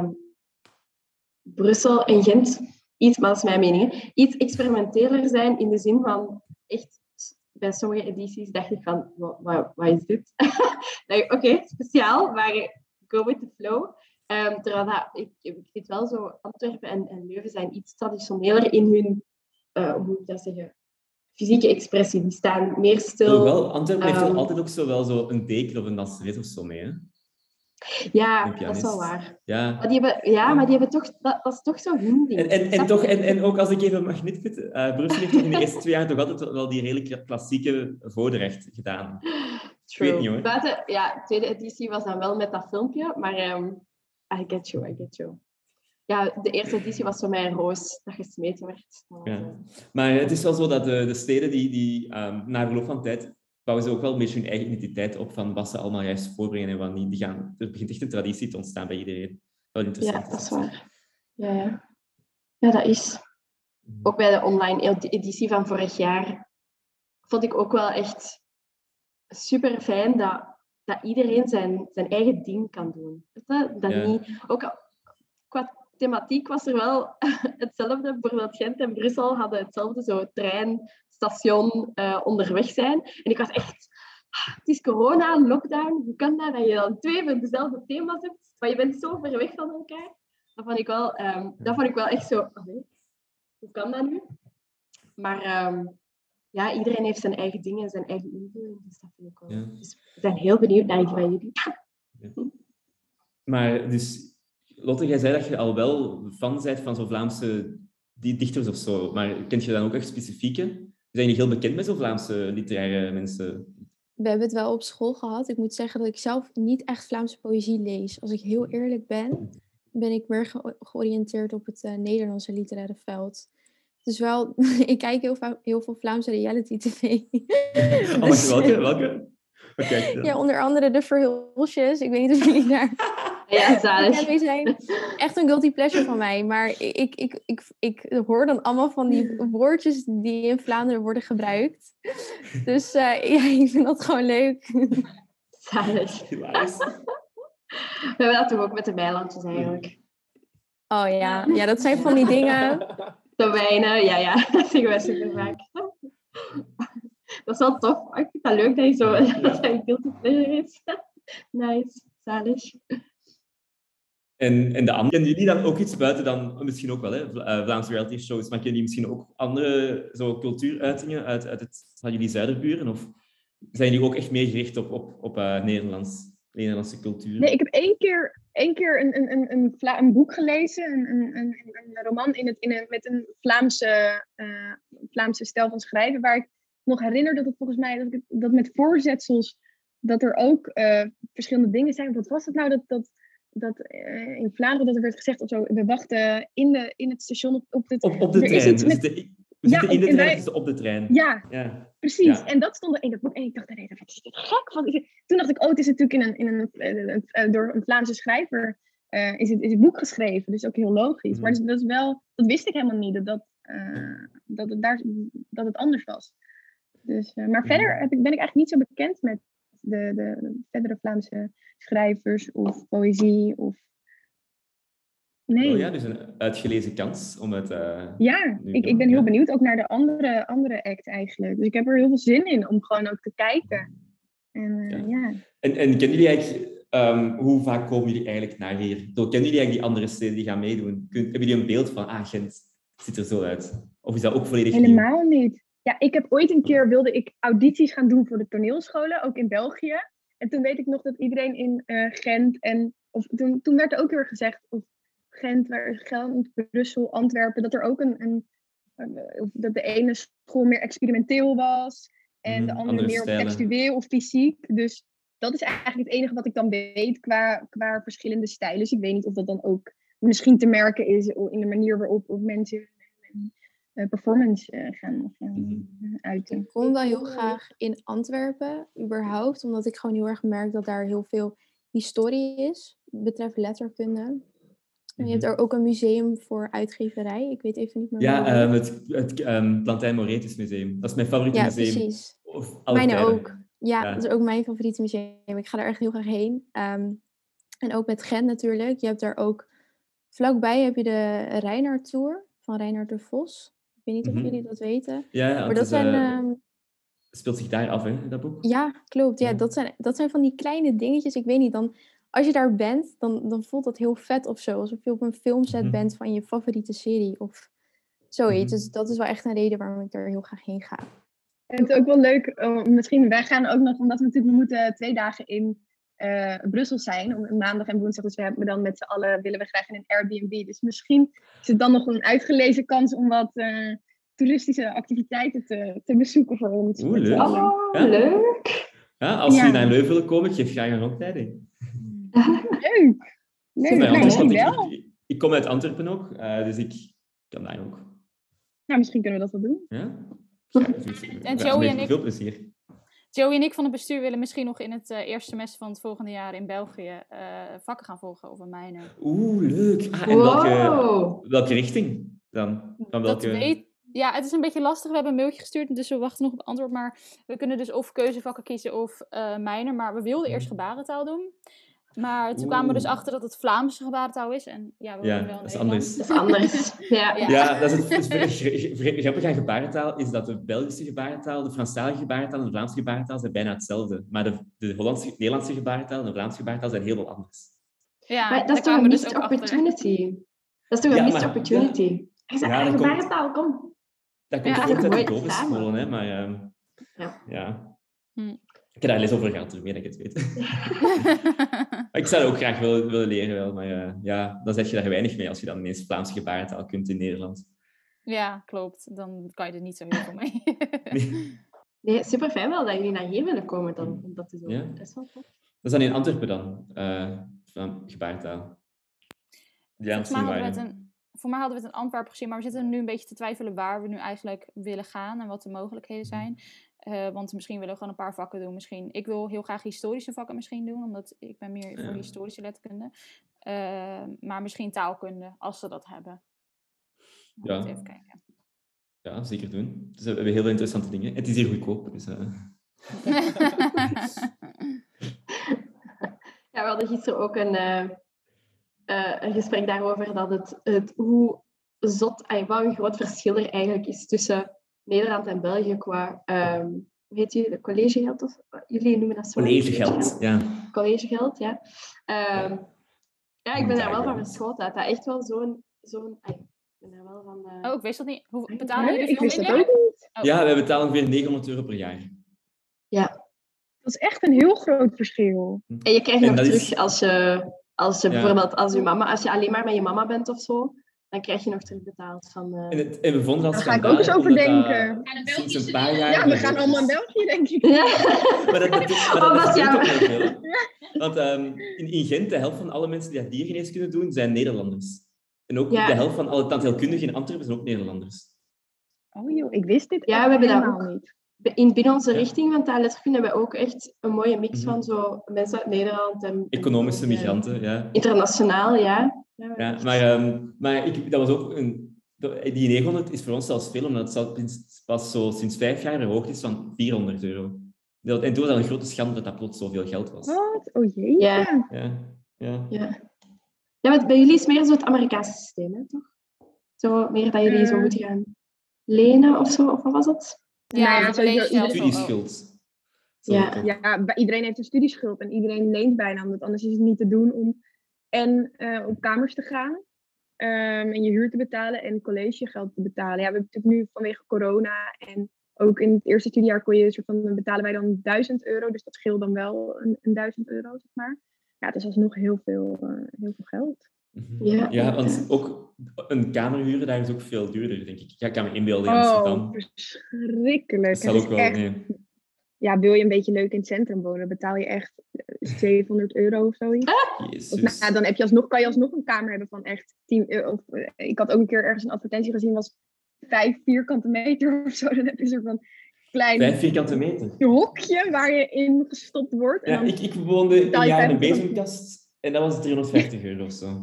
Speaker 2: Brussel en Gent iets, maar dat is mijn mening, hè, iets experimenteler zijn in de zin van echt, bij sommige edities dacht ik van, wat is dit? Oké, speciaal, maar go with the flow. Terwijl ik vind wel zo, Antwerpen en Leuven zijn iets traditioneler in hun, hoe moet ik dat zeggen, fysieke expressie. Die staan meer stil.
Speaker 1: Wel, Antwerpen heeft toch altijd ook zo een beker of een nasret of zo mee, hè?
Speaker 2: Ja, dat is wel waar.
Speaker 1: Ja.
Speaker 2: Maar die hebben toch... Dat is toch zo hun ding.
Speaker 1: En ook als ik even mag nitpitten, Brussel heeft toch in de eerste 2 jaar toch altijd wel die redelijk klassieke voordracht gedaan.
Speaker 2: True.
Speaker 1: Ik weet niet, hoor.
Speaker 2: Buiten, ja, tweede editie was dan wel met dat filmpje, maar I get you. Ja, de eerste editie was voor mij een roos dat gesmeten werd.
Speaker 1: Ja. Maar het is wel zo dat de steden die na verloop van tijd bouwen ze ook wel een beetje hun eigen identiteit op van wat ze allemaal juist voorbrengen en wat niet. Er begint echt een traditie te ontstaan bij iedereen. Wel interessant.
Speaker 2: Ja, dat is waar. Ja, dat is. Ook bij de online editie van vorig jaar vond ik ook wel echt super fijn dat iedereen zijn eigen ding kan doen. Dat niet... Ook qua thematiek was er wel hetzelfde. Bijvoorbeeld Gent en Brussel hadden hetzelfde, zo treinstation onderweg zijn. En ik was echt... Het is corona, lockdown. Hoe kan dat je dan 2 van dezelfde thema's hebt, maar je bent zo ver weg van elkaar? Dat vond ik wel echt zo... Hoe kan dat nu? Maar iedereen heeft zijn eigen dingen en zijn eigen invulling. Dus dat vind ik wel... Ja. Dus we zijn heel benieuwd naar die van jullie.
Speaker 1: Ja. Maar dus... Lotte, jij zei dat je al wel fan bent van zo'n Vlaamse dichters of zo. Maar kent je dan ook echt specifieke? Zijn jullie heel bekend met zo'n Vlaamse literaire mensen?
Speaker 4: We hebben het wel op school gehad. Ik moet zeggen dat ik zelf niet echt Vlaamse poëzie lees. Als ik heel eerlijk ben ik meer georiënteerd op het Nederlandse literaire veld. Dus wel, ik kijk heel veel Vlaamse reality tv.
Speaker 1: Dus, welke? Okay,
Speaker 4: ja, onder andere de Verhulsjes. Ik weet niet of jullie daar...
Speaker 2: Ja, zalig.
Speaker 4: Ja, zijn echt een guilty pleasure van mij. Maar ik hoor dan allemaal van die woordjes die in Vlaanderen worden gebruikt. Dus ik vind dat gewoon leuk.
Speaker 2: Zalig. We hebben dat toch ook met de bijlandjes eigenlijk.
Speaker 4: Oh ja. Ja, dat zijn van die dingen.
Speaker 2: De wijnen, ja. Dat zeggen wij super vaak. Dat is wel tof. Ik vind het leuk dat je zo dat een guilty pleasure is. Nice. Zalig.
Speaker 1: En de andere, kennen jullie dan ook iets buiten dan, misschien ook wel, hè, Vlaamse reality shows, maar kennen jullie misschien ook andere zo cultuuruitingen uit van jullie zuiderburen? Of zijn jullie ook echt meer gericht op Nederlandse cultuur?
Speaker 3: Nee, ik heb één keer een boek gelezen, een roman met een Vlaamse stijl van schrijven, waar ik nog herinner dat het volgens mij, dat met voorzetsels, dat er ook verschillende dingen zijn. Wat was het nou dat in Vlaanderen dat er werd gezegd of zo, we wachten in het station op de trein.
Speaker 1: We zitten in de trein, op de trein.
Speaker 3: Ja. Precies. Ja. En dat stond er in het boek. En ik dacht, nee, wat is dit gek? Toen dacht ik, het is natuurlijk door een Vlaamse schrijver is het boek geschreven. Dus ook heel logisch. Maar dus, dat wist ik helemaal niet, dat het anders was. Dus, maar verder ben ik eigenlijk niet zo bekend met de verdere Vlaamse schrijvers of poëzie. Nee.
Speaker 1: Oh ja, dus een uitgelezen kans om het...
Speaker 3: Ik ben heel benieuwd ook naar de andere act eigenlijk. Dus ik heb er heel veel zin in om gewoon ook te kijken. En
Speaker 1: kennen jullie eigenlijk... hoe vaak komen jullie eigenlijk naar hier? Kennen jullie eigenlijk die andere steden die gaan meedoen? Hebben jullie een beeld van, Gent ziet er zo uit? Of is dat ook volledig
Speaker 3: helemaal niet. Ja, ik heb ooit een keer wilde ik audities gaan doen voor de toneelscholen, ook in België. En toen weet ik nog dat iedereen in Gent toen werd er ook weer gezegd, of Gent, Brussel, Antwerpen, dat er ook dat de ene school meer experimenteel was en de andere meer
Speaker 1: stijlen.
Speaker 3: Op textueel of fysiek. Dus dat is eigenlijk het enige wat ik dan weet qua verschillende stijlen. Dus ik weet niet of dat dan ook misschien te merken is in de manier waarop mensen performance gaan uiten.
Speaker 4: Ik kom wel heel graag in Antwerpen, überhaupt, omdat ik gewoon heel erg merk dat daar heel veel historie is, betreft letterkunde. En je hebt er ook een museum voor uitgeverij. Ik weet even niet meer.
Speaker 1: Ja, het Plantijn Moretus Museum. Dat is mijn favoriete museum.
Speaker 4: Ja, precies.
Speaker 1: Mijne
Speaker 4: ook. Ja, dat is ook mijn favoriete museum. Ik ga daar echt heel graag heen. En ook met Gent natuurlijk. Je hebt daar ook... Vlakbij heb je de Reinhard Tour van Reinhard de Vos. Ik weet niet of jullie dat weten.
Speaker 1: Ja,
Speaker 4: maar dat zijn...
Speaker 1: speelt zich daar af, hè, dat boek?
Speaker 4: Ja, klopt. Ja, dat zijn van die kleine dingetjes. Ik weet niet, als je daar bent, dan voelt dat heel vet of zo. Alsof je op een filmset bent van je favoriete serie of zoiets. Dus dat is wel echt een reden waarom ik er heel graag heen ga.
Speaker 3: En het is ook wel leuk, misschien wij gaan ook nog, omdat we moeten 2 dagen in Brussel zijn, om maandag en woensdag, dus we hebben dan met z'n allen, willen we graag in een Airbnb. Dus misschien is het dan nog een uitgelezen kans om wat toeristische activiteiten te bezoeken voor ons.
Speaker 2: Leuk!
Speaker 1: Ja, als jullie naar Leuven willen komen, geef graag een rondleiding.
Speaker 3: Leuk! Misschien wel.
Speaker 1: Ik kom uit Antwerpen ook, dus ik kan daar ook.
Speaker 3: Nou, misschien kunnen we dat wel doen.
Speaker 1: Ja?
Speaker 6: En Joey en ik...
Speaker 1: Veel plezier.
Speaker 6: Joey en ik van het bestuur willen misschien nog in het eerste semester van het volgende jaar in België vakken gaan volgen over mijnen.
Speaker 1: Leuk. En welke richting dan? Van welke...
Speaker 6: Ja, het is een beetje lastig. We hebben een mailtje gestuurd, dus we wachten nog op het antwoord. Maar we kunnen dus of keuzevakken kiezen of mijnen. Maar we wilden eerst gebarentaal doen. Maar toen kwamen we dus achter dat het Vlaamse gebarentaal is. En ja, we wonen wel in Nederland.
Speaker 2: Dat is anders.
Speaker 1: Ja, dat is het grappige aan gebarentaal is dat de Belgische gebarentaal, de Franstalige gebarentaal en de Vlaamse gebarentaal zijn bijna hetzelfde. Maar de Nederlandse gebarentaal en de Vlaamse gebarentaal zijn heel veel anders.
Speaker 6: Ja,
Speaker 2: maar dat is toch een missed opportunity? Dat is toch een missed opportunity? Ik zeg, gebarentaal, kom.
Speaker 1: Dat komt ook uit de Dovensscholen, hè, maar ja. Ik heb daar les over gehad, meer dat ik het weet. Ik zou het ook graag willen leren, wel, maar dan zet je daar weinig mee als je dan ineens Vlaamse gebarentaal kunt in Nederland.
Speaker 6: Ja, klopt. Dan kan je er niet zo heel veel mee.
Speaker 2: Nee, super fijn wel dat jullie naar hier willen komen dan, om dat te doen. Dat is wel tof.
Speaker 1: Dat is dan in Antwerpen dan, van gebarentaal. Ja,
Speaker 6: voor mij hadden we het in Antwerpen gezien, maar we zitten nu een beetje te twijfelen waar we nu eigenlijk willen gaan en wat de mogelijkheden zijn. Want misschien willen we gewoon een paar vakken doen. Ik wil heel graag historische vakken misschien doen, omdat ik ben meer voor historische letterkunde. Maar misschien taalkunde, als ze dat hebben. Even kijken.
Speaker 1: Ja, zeker doen. Dus we hebben heel veel interessante dingen. Het is hier goedkoop. Dus,
Speaker 2: Ja, we hadden gisteren ook een gesprek daarover dat hoe zot en wat een groot verschil er eigenlijk is tussen Nederland en België qua, hoe heet je, de collegegeld? Of jullie noemen dat zo?
Speaker 1: Collegegeld, ja.
Speaker 2: Collegegeld, ja. Ja, ik ben daar wel van verschoten. Dat echt wel zo'n ik ben daar wel van...
Speaker 6: ik wist dat niet. Hoe betalen jullie?
Speaker 3: Ik wist dat ook niet.
Speaker 1: Ja, wij betalen ongeveer €900 per jaar.
Speaker 2: Ja.
Speaker 3: Dat is echt een heel groot verschil.
Speaker 2: En je krijgt nog terug als je bijvoorbeeld als je alleen maar met je mama bent of zo, dan krijg je nog terugbetaald van...
Speaker 1: En we vonden dat
Speaker 3: daar ga ik ook eens over denken.
Speaker 1: Sinds een paar jaar...
Speaker 3: Ja, we gaan allemaal naar België, denk ik.
Speaker 2: Ja.
Speaker 1: Maar dat gebeurt ook heel veel. Want in Gent, de helft van alle mensen die diergeneeskunde doen, zijn Nederlanders. En ook de helft van alle tandheelkundigen in Antwerpen zijn ook Nederlanders.
Speaker 3: Oh joh, ik wist dit
Speaker 2: we hebben dat ook niet. Binnen onze richting van taalletterkunde hebben we ook echt een mooie mix van zo mensen uit Nederland en
Speaker 1: economische migranten, ja.
Speaker 2: Internationaal, ja.
Speaker 1: Maar dat was ook die 900 is voor ons zelfs veel, omdat het pas zo sinds 5 jaar verhoogd is van €400. En toen was dat een grote schande dat plots zoveel geld was.
Speaker 3: Wat? Oh jee.
Speaker 2: Ja.
Speaker 1: Ja.
Speaker 2: Ja, maar bij jullie is meer zo het Amerikaanse systeem, hè, toch? Zo meer dat jullie zo moeten gaan lenen of zo, of wat was het?
Speaker 6: Ja,
Speaker 1: studieschuld.
Speaker 3: Ja, iedereen heeft een studieschuld en iedereen leent bijna, want anders is het niet te doen om op kamers te gaan en je huur te betalen en collegegeld te betalen. Ja, we hebben natuurlijk nu vanwege corona en ook in het eerste studiejaar betalen wij dan €1000, dus dat scheelt dan wel een €1000, zeg maar. Ja, het is alsnog heel veel geld.
Speaker 1: Ja, want ook een kamer huren, daar is ook veel duurder, denk ik. Ja, ik kan me inbeelden in Amsterdam.
Speaker 3: Verschrikkelijk.
Speaker 1: Dat zal ook wel,
Speaker 3: echt, ja, wil je een beetje leuk in het centrum wonen, betaal je echt €700 of zoiets. Dan kan je alsnog een kamer hebben van echt €10. Ik had ook een keer ergens een advertentie gezien, was 5 vierkante meter of zo. Dan heb je een soort van klein
Speaker 1: 5 vierkante meter
Speaker 3: hokje waar je in gestopt wordt.
Speaker 1: Ja, ik woonde een jaar in een bezemkast en dat was €350 of zo.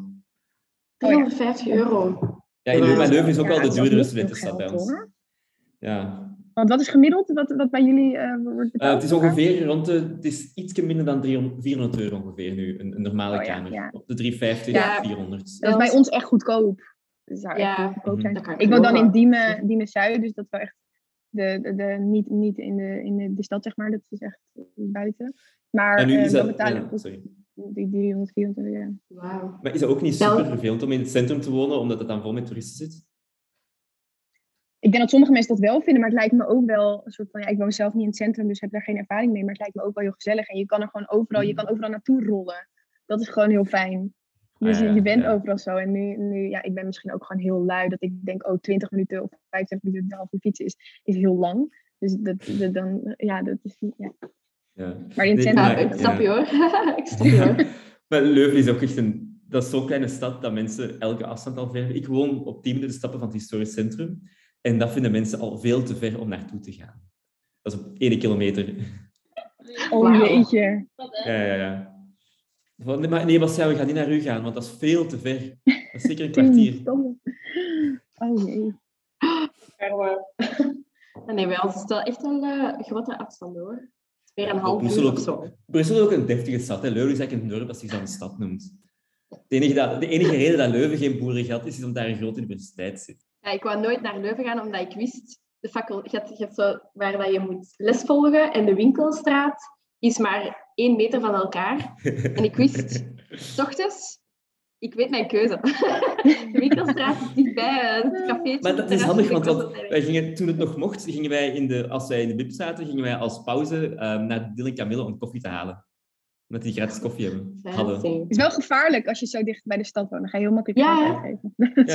Speaker 2: €350.
Speaker 1: Ja, in Leuven is ook wel de duurdere studentenstad bij ons. Ja.
Speaker 3: Want wat is gemiddeld wat bij jullie wordt betaald?
Speaker 1: Het is ongeveer het is iets minder dan €400 ongeveer nu, een normale kamer.
Speaker 3: Ja.
Speaker 1: Op de 350, 400.
Speaker 3: Dat is bij ons echt goedkoop. Dat zou echt goedkoop zijn. Ik woon dan in Diemen Zuid, dus dat is wel echt niet in de stad, zeg maar. Dat is echt buiten. Maar
Speaker 1: en nu is dat
Speaker 3: betalen die 300, 400, ja.
Speaker 2: Wauw.
Speaker 1: Maar is dat ook niet super vervelend om in het centrum te wonen, omdat het dan vol met toeristen zit?
Speaker 3: Ik denk dat sommige mensen dat wel vinden, maar het lijkt me ook wel een soort van... Ja, ik woon zelf niet in het centrum, dus heb daar geen ervaring mee. Maar het lijkt me ook wel heel gezellig. En je kan er gewoon overal naartoe rollen. Dat is gewoon heel fijn. Dus je bent overal zo. En nu, ik ben misschien ook gewoon heel lui. Dat ik denk, 20 minuten of 25 minuten de halve fietsen is heel lang. Dus dat is... Ja. Maar in het centrum...
Speaker 2: Ik snap je hoor. Ik snap je hoor.
Speaker 1: Maar Leuven is ook echt dat is zo'n kleine stad dat mensen elke afstand al ver hebben. Ik woon op 10 minuten stappen van het historisch centrum. En dat vinden mensen al veel te ver om naartoe te gaan. Dat is op 1 kilometer.
Speaker 3: Oh jeetje.
Speaker 1: Ja. Maar nee, Bastiaan, we gaan niet naar u gaan, want dat is veel te ver. Dat is zeker een kwartier.
Speaker 3: Oh jee.
Speaker 2: Nee, bij ons is het wel echt een grote afstand hoor. Weer een half uur of zo.
Speaker 1: Brussel is ook een deftige stad. Hè. Leuven is eigenlijk een dorp dat zich dan een stad noemt. De enige reden dat Leuven geen boerengat is omdat daar een grote universiteit zit.
Speaker 2: Ja, ik wou nooit naar Leuven gaan, omdat ik wist... Je hebt zo waar dat je moet les volgen en de winkelstraat is maar 1 meter van elkaar. En ik wist, 's ochtends, ik weet mijn keuze. De winkelstraat is dichtbij, het cafeetje.
Speaker 1: Maar dat is handig, want wij gingen, toen het nog mocht, gingen wij als wij in de bib zaten, gingen wij als pauze naar Dylan Camille om koffie te halen. Omdat die gratis koffie hadden.
Speaker 3: Het is wel gevaarlijk als je zo dicht bij de stad woont. Dan ga je heel makkelijk geld uitgeven.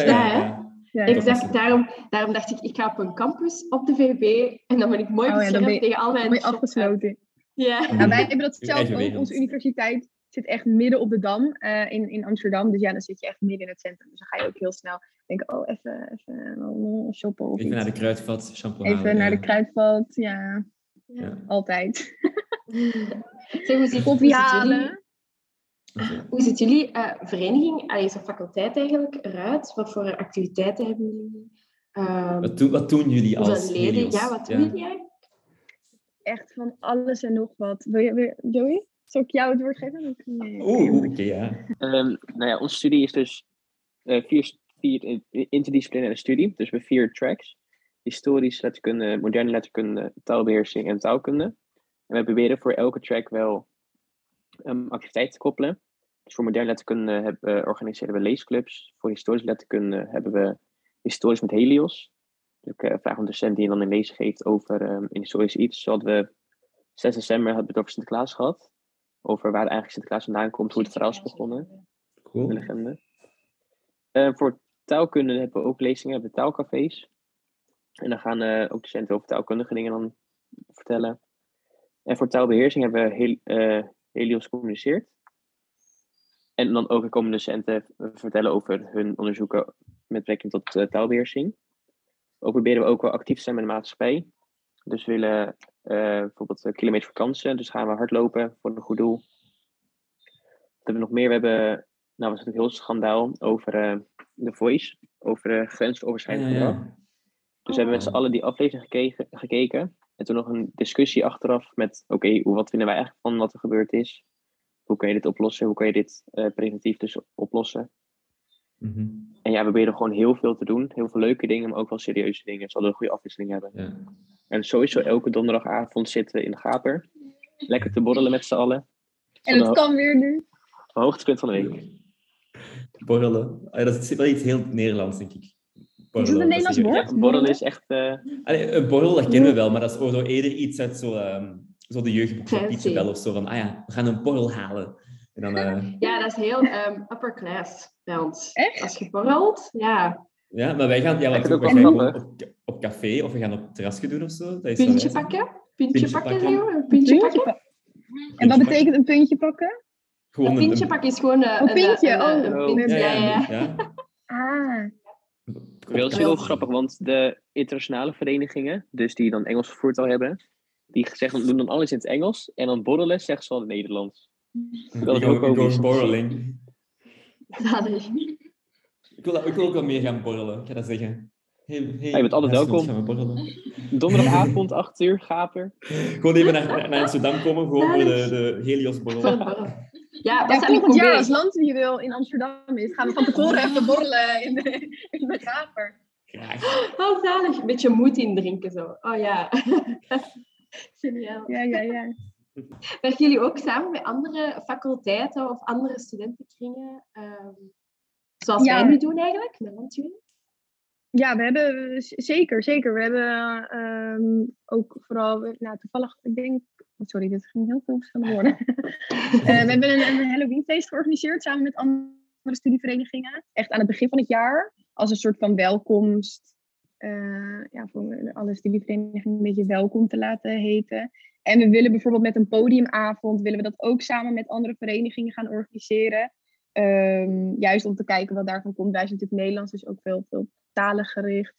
Speaker 2: Daarom dacht ik ga op een campus op de VUB en dan ben ik mooi beschermd tegen al mijn...
Speaker 3: Ben je afgesloten.
Speaker 2: Ja.
Speaker 3: Nou, wij hebben dat zelf ook. Onze universiteit zit echt midden op de Dam in Amsterdam. Dus ja, dan zit je echt midden in het centrum. Dus dan ga je ook heel snel denken, even shoppen of
Speaker 1: even
Speaker 3: iets.
Speaker 1: naar de Kruidvat, shampoo halen.
Speaker 3: Even naar de Kruidvat, ja. Altijd.
Speaker 2: Koffie halen. Hoe ziet jullie vereniging, zo'n faculteit eigenlijk, eruit? Wat voor activiteiten hebben jullie?
Speaker 1: Wat doen jullie als
Speaker 2: leden? Ja, wat doen jullie eigenlijk?
Speaker 3: Echt van alles en nog wat. Wil je weer, Joey? Zal ik jou het woord geven?
Speaker 1: Oké, ja.
Speaker 5: Onze studie is dus 4 interdisciplinaire studie. Dus we 4 tracks. Historisch letterkunde, moderne letterkunde, taalbeheersing en taalkunde. En we proberen voor elke track wel activiteiten te koppelen. Dus voor moderne letterkunde organiseren we leesclubs. Voor historische letterkunde hebben we historisch met Helios. Dus ik vraag een docent die dan een les geeft over een historisch iets. Zo hadden we 6 december het over Sinterklaas gehad. Over waar eigenlijk Sinterklaas vandaan komt, hoe het verhaal is begonnen.
Speaker 1: Cool.
Speaker 5: De legende. Voor taalkunde hebben we ook lezingen, hebben we taalcafés. En dan gaan ook docenten over taalkundige dingen dan vertellen. En voor taalbeheersing hebben we Helios gecommuniceerd. En dan ook komen docenten vertellen over hun onderzoeken met betrekking tot taalbeheersing. Ook proberen we ook wel actief te zijn met de maatschappij. Dus we willen bijvoorbeeld kilometer voor kansen. Dus gaan we hardlopen voor een goed doel. Wat hebben we nog meer? We hebben, was natuurlijk heel schandaal over The Voice. Over grensoverschrijdend gedrag. Dus we hebben met z'n allen die aflevering gekeken. En toen nog een discussie achteraf met, wat vinden wij eigenlijk van wat er gebeurd is. hoe kan je dit oplossen? Hoe kan je dit preventief dus oplossen?
Speaker 1: Mm-hmm.
Speaker 5: En ja, we proberen gewoon heel veel te doen. Heel veel leuke dingen, maar ook wel serieuze dingen. Zodat we een goede afwisseling hebben.
Speaker 1: Ja.
Speaker 5: En sowieso elke donderdagavond zitten in de Gaper. Lekker te borrelen met z'n allen.
Speaker 3: En het kan weer nu.
Speaker 5: Hoogtepunt van de week.
Speaker 1: Borrelen. Dat is wel iets heel Nederlands, denk ik.
Speaker 3: Is dat een Nederlands woord?
Speaker 5: Ja, borrelen is echt...
Speaker 1: Een borrel, dat kennen we wel, maar dat is ook zo eerder iets uit zo de jeugdboek van Pietje Bel of zo. Van, we gaan een borrel halen. En dan,
Speaker 2: Ja, dat is heel upper class bij ons.
Speaker 3: Echt?
Speaker 2: Als je borrelt, ja.
Speaker 1: Ja, maar wij gaan, we gaan gewoon op café of we gaan op het terrasje doen of zo. Dat is
Speaker 2: Puntje pakken? Puntje pakken, zeggen we? Een puntje pakken?
Speaker 3: En wat betekent een puntje pakken?
Speaker 2: Gewoon een puntje pakken is gewoon een
Speaker 3: pintje.
Speaker 2: Een pintje,
Speaker 1: ja.
Speaker 3: Ah.
Speaker 5: Dat is heel grappig, want de internationale verenigingen, dus die dan Engels voertaal hebben, die doen dan alles in het Engels en dan borrelen zeggen ze al in het Nederlands.
Speaker 1: Dat is ook een borreling.
Speaker 2: Zalig.
Speaker 1: Ik wil ook wel meer gaan borrelen, ik ga dat zeggen.
Speaker 5: Je bent altijd welkom. Donderdagavond, 8 uur, Gaper.
Speaker 1: Gewoon even naar Amsterdam komen, gewoon voor de Helios-borrel.
Speaker 2: Ja,
Speaker 3: volgend jaar als Landwiel in Amsterdam is, gaan we van tevoren even borrelen in de Gaper.
Speaker 1: Graag.
Speaker 2: Oh, zalig. Een beetje moed indrinken zo. Oh ja. Geniaal.
Speaker 3: Ja.
Speaker 2: Werken jullie ook samen met andere faculteiten of andere studentenkringen? Zoals wij nu doen eigenlijk, met Landwiel?
Speaker 3: Ja, we hebben zeker. We hebben ook vooral, toevallig, ik denk, sorry, dit ging heel veel verschillende woorden. We hebben een Halloweenfeest georganiseerd samen met andere studieverenigingen. Echt aan het begin van het jaar, als een soort van welkomst. Voor alle studieverenigingen een beetje welkom te laten heten. En we willen bijvoorbeeld met een podiumavond, willen we dat ook samen met andere verenigingen gaan organiseren. Juist om te kijken wat daarvan komt. Wij zijn natuurlijk Nederlands, dus ook veel talen gericht.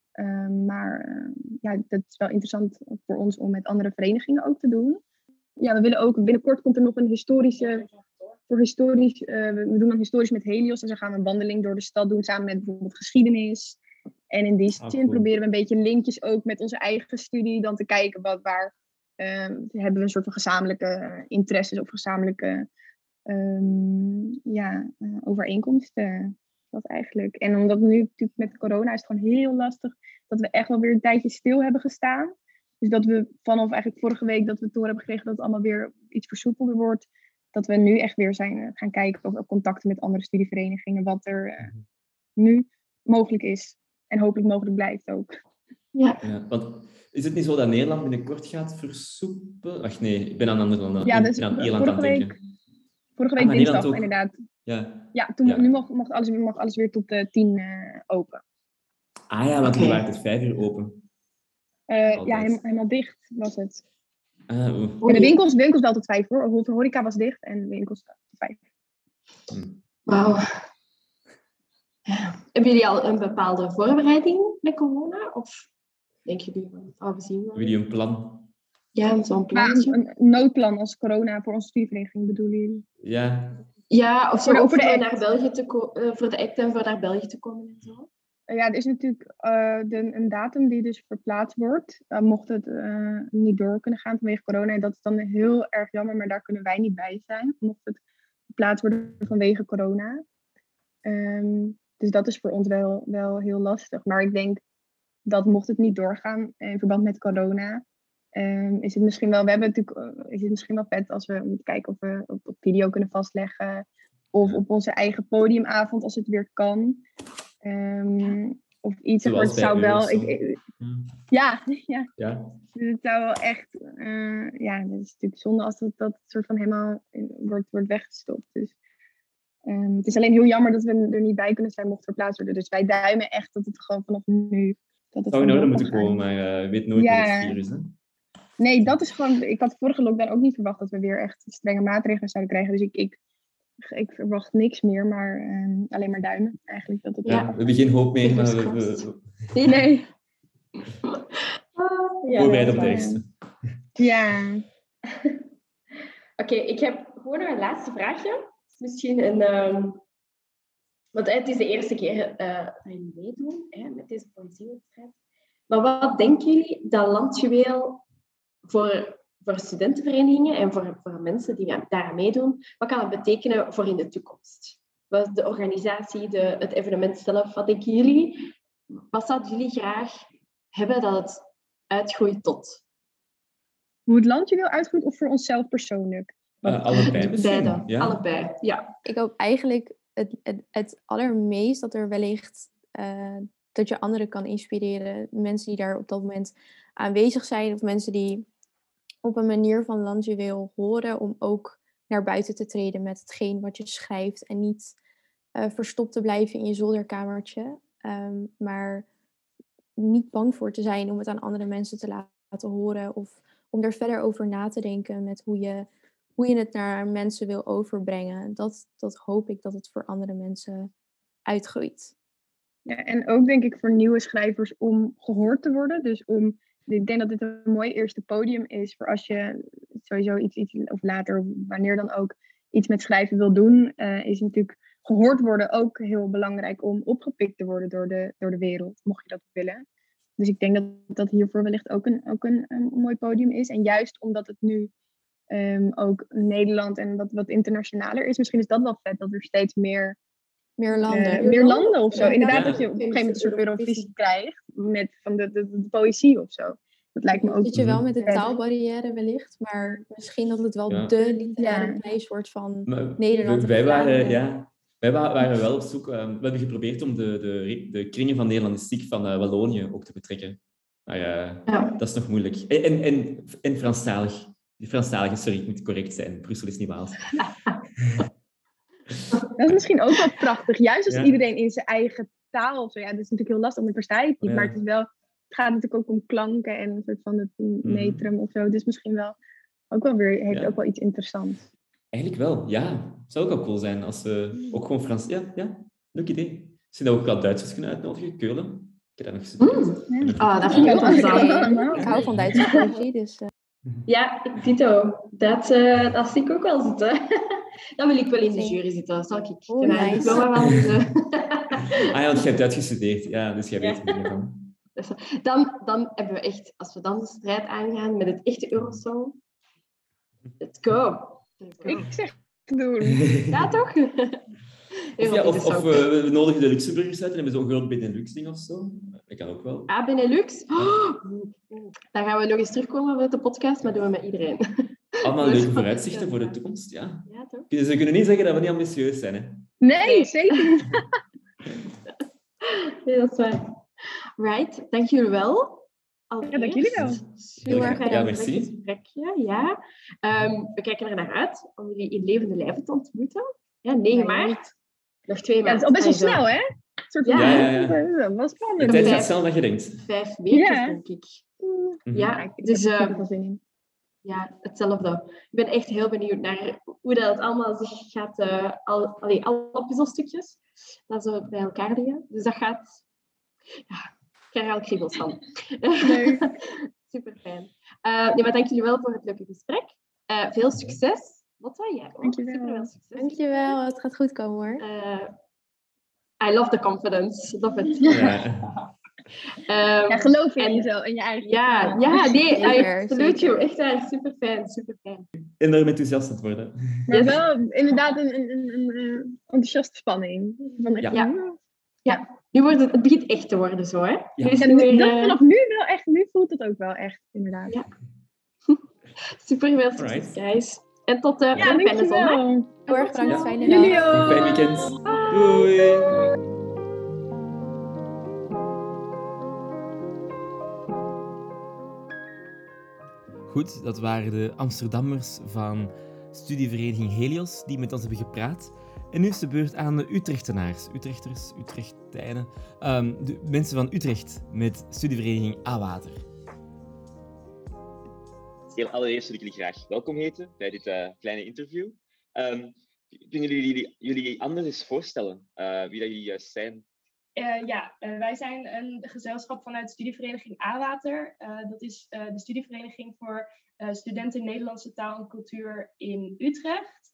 Speaker 3: Dat is wel interessant voor ons om met andere verenigingen ook te doen. Ja, we willen ook, binnenkort komt er nog een historische, we doen dan historisch met Helios. En dan gaan we een wandeling door de stad doen samen met bijvoorbeeld geschiedenis. En in die zin proberen we een beetje linkjes ook met onze eigen studie dan te kijken waar hebben we een soort van gezamenlijke interesses of gezamenlijke overeenkomsten. Dat eigenlijk. En omdat nu natuurlijk met corona is het gewoon heel lastig dat we echt wel weer een tijdje stil hebben gestaan. Dus dat we vanaf eigenlijk vorige week dat we door hebben gekregen dat het allemaal weer iets versoepelder wordt. Dat we nu echt weer zijn gaan kijken over contacten met andere studieverenigingen. Wat er nu mogelijk is. En hopelijk mogelijk blijft ook.
Speaker 2: Ja.
Speaker 1: Want is het niet zo dat Nederland binnenkort gaat versoepelen? Ach nee, ik ben aan andere landen.
Speaker 3: Ja, dus
Speaker 1: aan Ierland aan het denken.
Speaker 3: Vorige week dinsdag inderdaad.
Speaker 1: Ja,
Speaker 3: toen nu mag alles weer tot 10 open.
Speaker 1: Ah ja, want nu waren het 5 uur open.
Speaker 3: Helemaal dicht was het.
Speaker 1: En
Speaker 3: de winkels wel tot 5 uur. De horeca was dicht en de winkels tot 5.
Speaker 2: Wauw. Hebben jullie al een bepaalde voorbereiding met corona? Of denken jullie van, we zien wel?
Speaker 1: Hebben jullie een plan?
Speaker 2: Ja, zo'n plan.
Speaker 3: Een noodplan als corona voor onze studievereniging bedoelen jullie?
Speaker 2: Ja, of zo voor naar België te voor de act en voor naar België te komen en zo.
Speaker 3: Ja, er is natuurlijk een datum die dus verplaatst wordt. Mocht het niet door kunnen gaan vanwege corona. En dat is dan heel erg jammer, maar daar kunnen wij niet bij zijn. Mocht het verplaatst worden vanwege corona. Dus dat is voor ons wel heel lastig. Maar ik denk dat mocht het niet doorgaan in verband met corona... is het misschien wel vet als we moeten kijken of we op video kunnen vastleggen. Of op onze eigen podiumavond als het weer kan. Of iets. Het zou wel. Ja. Het zou wel echt. Dat is natuurlijk zonde als dat soort van helemaal wordt weggestopt. Dus het is alleen heel jammer dat we er niet bij kunnen zijn mocht verplaatst worden. Dus wij duimen echt dat het gewoon vanaf nu. Dat het
Speaker 1: zou in orde moeten komen, maar je weet nooit met het virus, hè?
Speaker 3: Nee, dat is gewoon... Ik had vorige lockdown ook niet verwacht dat we weer echt strenge maatregelen zouden krijgen. Dus ik verwacht niks meer, maar alleen maar duimen eigenlijk. Dat het
Speaker 1: we hebben geen hoop meer, maar
Speaker 3: Nee.
Speaker 1: Voorbereid op de eerste.
Speaker 3: Ja.
Speaker 2: Oké, ik heb gewoon nog een laatste vraagje. Misschien want het is de eerste keer dat jullie meedoen met deze poëziewedstrijd. Maar wat denken jullie dat Landjuweel voor voor studentenverenigingen en voor mensen die daar meedoen, wat kan het betekenen voor in de toekomst? Wat de organisatie, het evenement zelf, wat denken jullie? Wat zouden jullie graag hebben dat het uitgroeit tot?
Speaker 3: Hoe het land wil uitgroeit of voor onszelf persoonlijk?
Speaker 1: Allebei misschien.
Speaker 2: Beide,
Speaker 1: Ja?
Speaker 2: allebei, ja.
Speaker 4: Ik hoop eigenlijk het allermeest dat er wellicht dat je anderen kan inspireren. Mensen die daar op dat moment aanwezig zijn of mensen die op een manier van landjuweel horen om ook naar buiten te treden met hetgeen wat je schrijft en niet verstopt te blijven in je zolderkamertje. Maar niet bang voor te zijn om het aan andere mensen te laten horen of om er verder over na te denken met hoe je het naar mensen wil overbrengen. Dat hoop ik dat het voor andere mensen uitgroeit.
Speaker 3: Ja, en ook denk ik voor nieuwe schrijvers om gehoord te worden. Dus ik denk dat dit een mooi eerste podium is voor als je sowieso iets of later, wanneer dan ook, iets met schrijven wil doen. Is natuurlijk gehoord worden ook heel belangrijk om opgepikt te worden door de wereld, mocht je dat willen. Dus ik denk dat hiervoor wellicht ook een mooi podium is. En juist omdat het nu ook Nederland en wat internationaler is, misschien is dat wel vet, dat er steeds meer
Speaker 4: landen.
Speaker 3: Meer landen of zo. Inderdaad,
Speaker 1: Ja.
Speaker 3: dat je op een gegeven moment een soort Eurovisie krijgt met van de poëzie of zo. Dat lijkt me ook...
Speaker 4: Zit je wel met de taalbarrière wellicht, maar misschien dat het wel de literaire prijs wordt van Nederland.
Speaker 1: Wij waren wel op zoek. We hebben geprobeerd om de kringen van Nederlandistiek van Wallonië ook te betrekken. Maar dat is nog moeilijk. En Franstalig. Die Franstalige, sorry, ik moet correct zijn. Brussel is niet Waals.
Speaker 3: Dat is misschien ook wel prachtig. Juist als iedereen in zijn eigen taal of zo. Ja, dat is natuurlijk heel lastig, want ik versta je het niet. Maar het gaat natuurlijk ook om klanken en een soort van het metrum of zo. Dus misschien wel ook wel weer, heeft ook wel iets interessants.
Speaker 1: Eigenlijk wel, ja. Het zou ook wel cool zijn als we ook gewoon Frans... Ja, leuk idee. Misschien dat we ook wel Duitsers kunnen uitnodigen, Keulen. Ik heb dat nog gestudeerd.
Speaker 2: Dat vind ik wel
Speaker 4: interessant. Ik hou van Duitse poëzie, dus...
Speaker 2: Ja, Tito, dat zie ik ook wel zitten. Dan wil ik wel in de jury zitten. Dat zal ik
Speaker 4: nice.
Speaker 1: Want je hebt uitgestudeerd. Ja, dus jij weet er meer van.
Speaker 2: Dan hebben we echt, als we dan de strijd aangaan met het echte Eurosong, let's go.
Speaker 3: Ik zeg te doen.
Speaker 2: Ja, toch?
Speaker 1: Of we nodigen de Luxemburgers uit en hebben zo'n groot Benelux-ding of zo. Dat kan ook wel.
Speaker 2: Ah, Benelux? Dan gaan we nog eens terugkomen met de podcast, maar doen we met iedereen.
Speaker 1: Allemaal leuke vooruitzichten voor de toekomst, ja.
Speaker 2: Ja, toch?
Speaker 1: Ze kunnen niet zeggen dat we niet ambitieus zijn, hè?
Speaker 3: Nee, zeker niet.
Speaker 2: Nee, dat is waar. Right, dank jullie wel.
Speaker 3: Ja, dank jullie wel.
Speaker 2: Heel erg
Speaker 1: ja, merci.
Speaker 2: Gesprekje, ja. We kijken er naar uit om jullie in levende lijven te ontmoeten. Ja, 9 maart. Nog 2 maanden.
Speaker 3: Ja, het is al best wel snel, hè?
Speaker 1: Ja.
Speaker 3: Dat was spannend.
Speaker 1: Het gaat sneller dan je denkt.
Speaker 2: 5 weken, denk ik. Ja, dus ja, hetzelfde. Ik ben echt heel benieuwd naar hoe dat allemaal zich gaat, alle puzzelstukjes, dat ze bij elkaar liggen. Dus dat gaat... Ja, ik krijg er al kriebels van. Super fijn. Maar dank jullie wel voor het leuke gesprek. Veel succes. Lotte, jij ook.
Speaker 3: Dankjewel.
Speaker 2: Super veel succes.
Speaker 4: Dankjewel, het gaat goed komen hoor.
Speaker 2: I love the confidence. Love it.
Speaker 3: Geloof in jezelf en je eigen.
Speaker 2: Absoluut. Echt waar, super fijn.
Speaker 1: En daarom enthousiast aan het worden.
Speaker 3: Maar wel inderdaad een enthousiaste spanning.
Speaker 2: Ja. Nu wordt het begint echt te worden zo, hè?
Speaker 1: Ja.
Speaker 3: Vanaf nu wel echt, nu voelt het ook wel echt, inderdaad.
Speaker 2: Ja. Super veel succes, guys. En tot de fijne zondag.
Speaker 4: Heel erg bedankt, fijne
Speaker 3: Jullie
Speaker 4: dag.
Speaker 3: ook.
Speaker 1: Fijn weekend. Doei. Goed, dat waren de Amsterdammers van studievereniging Helios die met ons hebben gepraat. En nu is de beurt aan de Utrechternaars, Utrechters, Utrechtijnen, de mensen van Utrecht met studievereniging A-Water.
Speaker 7: Heel allereerst wil ik jullie graag welkom heten bij dit kleine interview. Kunnen jullie anders eens voorstellen wie dat jullie juist zijn?
Speaker 8: Wij zijn een gezelschap vanuit studievereniging A-Water. Dat is de studievereniging voor studenten Nederlandse taal en cultuur in Utrecht.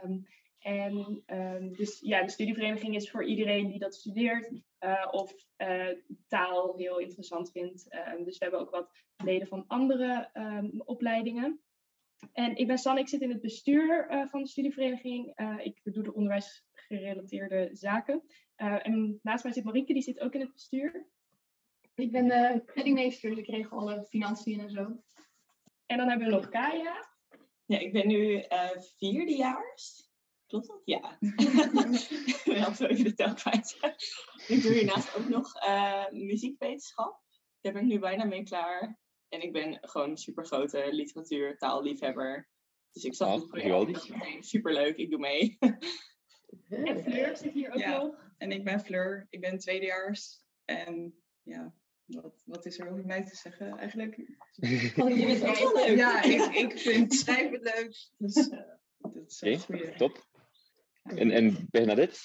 Speaker 8: Dus de studievereniging is voor iedereen die dat studeert of taal heel interessant vindt. Dus we hebben ook wat leden van andere opleidingen. En ik ben Sanne, ik zit in het bestuur van de studievereniging. Ik doe de onderwijsgerelateerde zaken. En naast mij zit Marieke, die zit ook in het bestuur.
Speaker 9: Ik ben de penningmeester, dus ik regel alle financiën en zo.
Speaker 8: En dan hebben we nog Kaya.
Speaker 10: Ja, ik ben nu 4e-jaars. Klopt dat? Ja. Ik ben altijd even de tel kwijt. Ik doe hiernaast ook nog muziekwetenschap. Daar ben ik nu bijna mee klaar. En ik ben gewoon een supergrote literatuur, taalliefhebber. Dus ik zag het
Speaker 7: geweldig.
Speaker 10: Superleuk, ik doe mee.
Speaker 8: En Fleur zit hier ook nog.
Speaker 11: En ik ben Fleur, ik ben 2e-jaars. En ja, wat is er over mij te zeggen eigenlijk?
Speaker 10: Je bent ook heel leuk.
Speaker 11: Ja, ik vind schrijven leuk. Dus dat is een goede.
Speaker 7: Top. En Bernadette?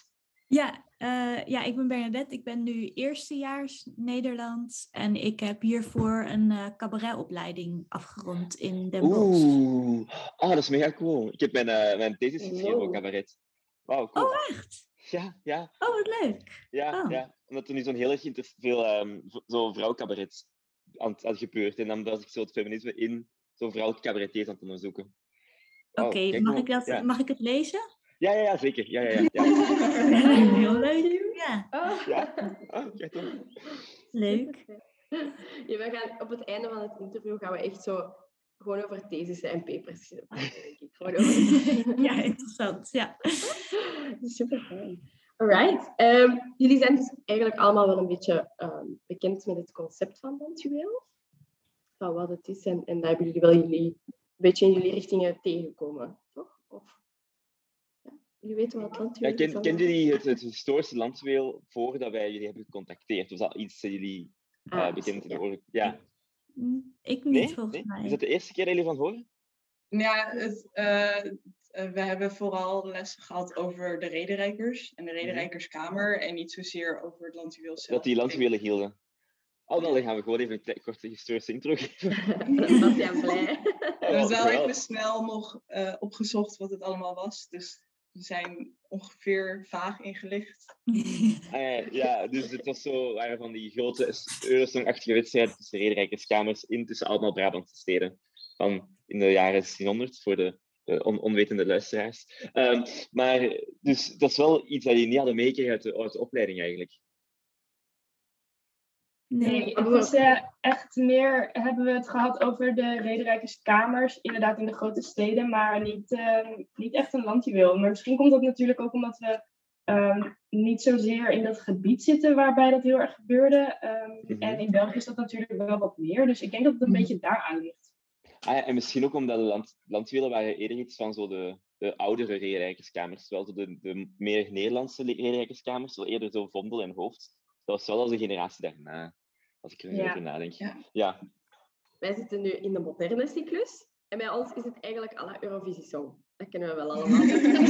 Speaker 12: Ja, ik ben Bernadette. Ik ben nu 1e-jaars Nederlands. En ik heb hiervoor een cabaretopleiding afgerond in Den Bosch.
Speaker 7: Dat is mega cool. Ik heb mijn thesis geschreven voor cabaret. Wauw, cool.
Speaker 12: Oh, echt?
Speaker 7: Ja.
Speaker 12: Oh, wat leuk.
Speaker 7: Ja. Omdat er nu zo'n heel erg veel zo vrouwcabaret aan het gebeurt. En dan was ik zo het feminisme in zo'n vrouwelijke cabaretiers aan het onderzoeken.
Speaker 12: Oké, mag ik het lezen?
Speaker 7: Ja, zeker. Ja.
Speaker 12: Heel leuk. Ja.
Speaker 7: Kijk toch.
Speaker 12: Leuk.
Speaker 2: Ja, we gaan op het einde van het interview gaan we echt zo gewoon over thesissen en papers praten, denk ik. Gewoon over...
Speaker 12: Ja, interessant. Ja.
Speaker 2: Super fijn. Alright. Jullie zijn dus eigenlijk allemaal wel een beetje bekend met het concept van landjuweel. Van wat het is. En daar hebben jullie wel een beetje in jullie richtingen tegengekomen, toch? Of... Jullie weten wat het landjuweel is?
Speaker 7: Kenden jullie het historische landjuweel voordat wij jullie hebben gecontacteerd? Was dat iets dat jullie bekend in de oorlog? Ja.
Speaker 12: Ik niet, volgens mij.
Speaker 7: Is dat de eerste keer dat jullie van horen?
Speaker 11: Ja, we hebben vooral lessen gehad over de rederijkers en de rederijkerskamer en niet zozeer over het landjuweel zelf.
Speaker 7: Dat die landjuwelen hielden. Dan gaan we gewoon even een korte historische intro geven.
Speaker 2: Dat was jij blij.
Speaker 11: We hebben wel even snel nog opgezocht wat het allemaal was, dus we zijn ongeveer vaag ingelicht.
Speaker 7: Dus het was zo van die grote Eurosong-achtige wedstrijden tussen rederijkerskamers tussen allemaal Brabantse steden. Van in de jaren 1600, voor de onwetende luisteraars. Maar dus dat is wel iets dat je niet hadden meegekregen uit de opleiding eigenlijk.
Speaker 8: Nee, het was echt meer, hebben we het gehad over de rederijkerskamers, inderdaad in de grote steden, maar niet echt een landjuweel. Maar misschien komt dat natuurlijk ook omdat we niet zozeer in dat gebied zitten waarbij dat heel erg gebeurde. En in België is dat natuurlijk wel wat meer, dus ik denk dat het een beetje daaraan ligt.
Speaker 7: En misschien ook omdat de landjuwelen waren eerder iets van zo de oudere rederijkerskamers, terwijl zo de meer Nederlandse rederijkerskamers, zo eerder zo Vondel en Hoofd. Dat was wel als een generatie daarna, als ik erover nadenk. Ja.
Speaker 2: Wij zitten nu in de moderne cyclus. En bij ons is het eigenlijk à la Eurovisie Song. Dat kennen we wel allemaal.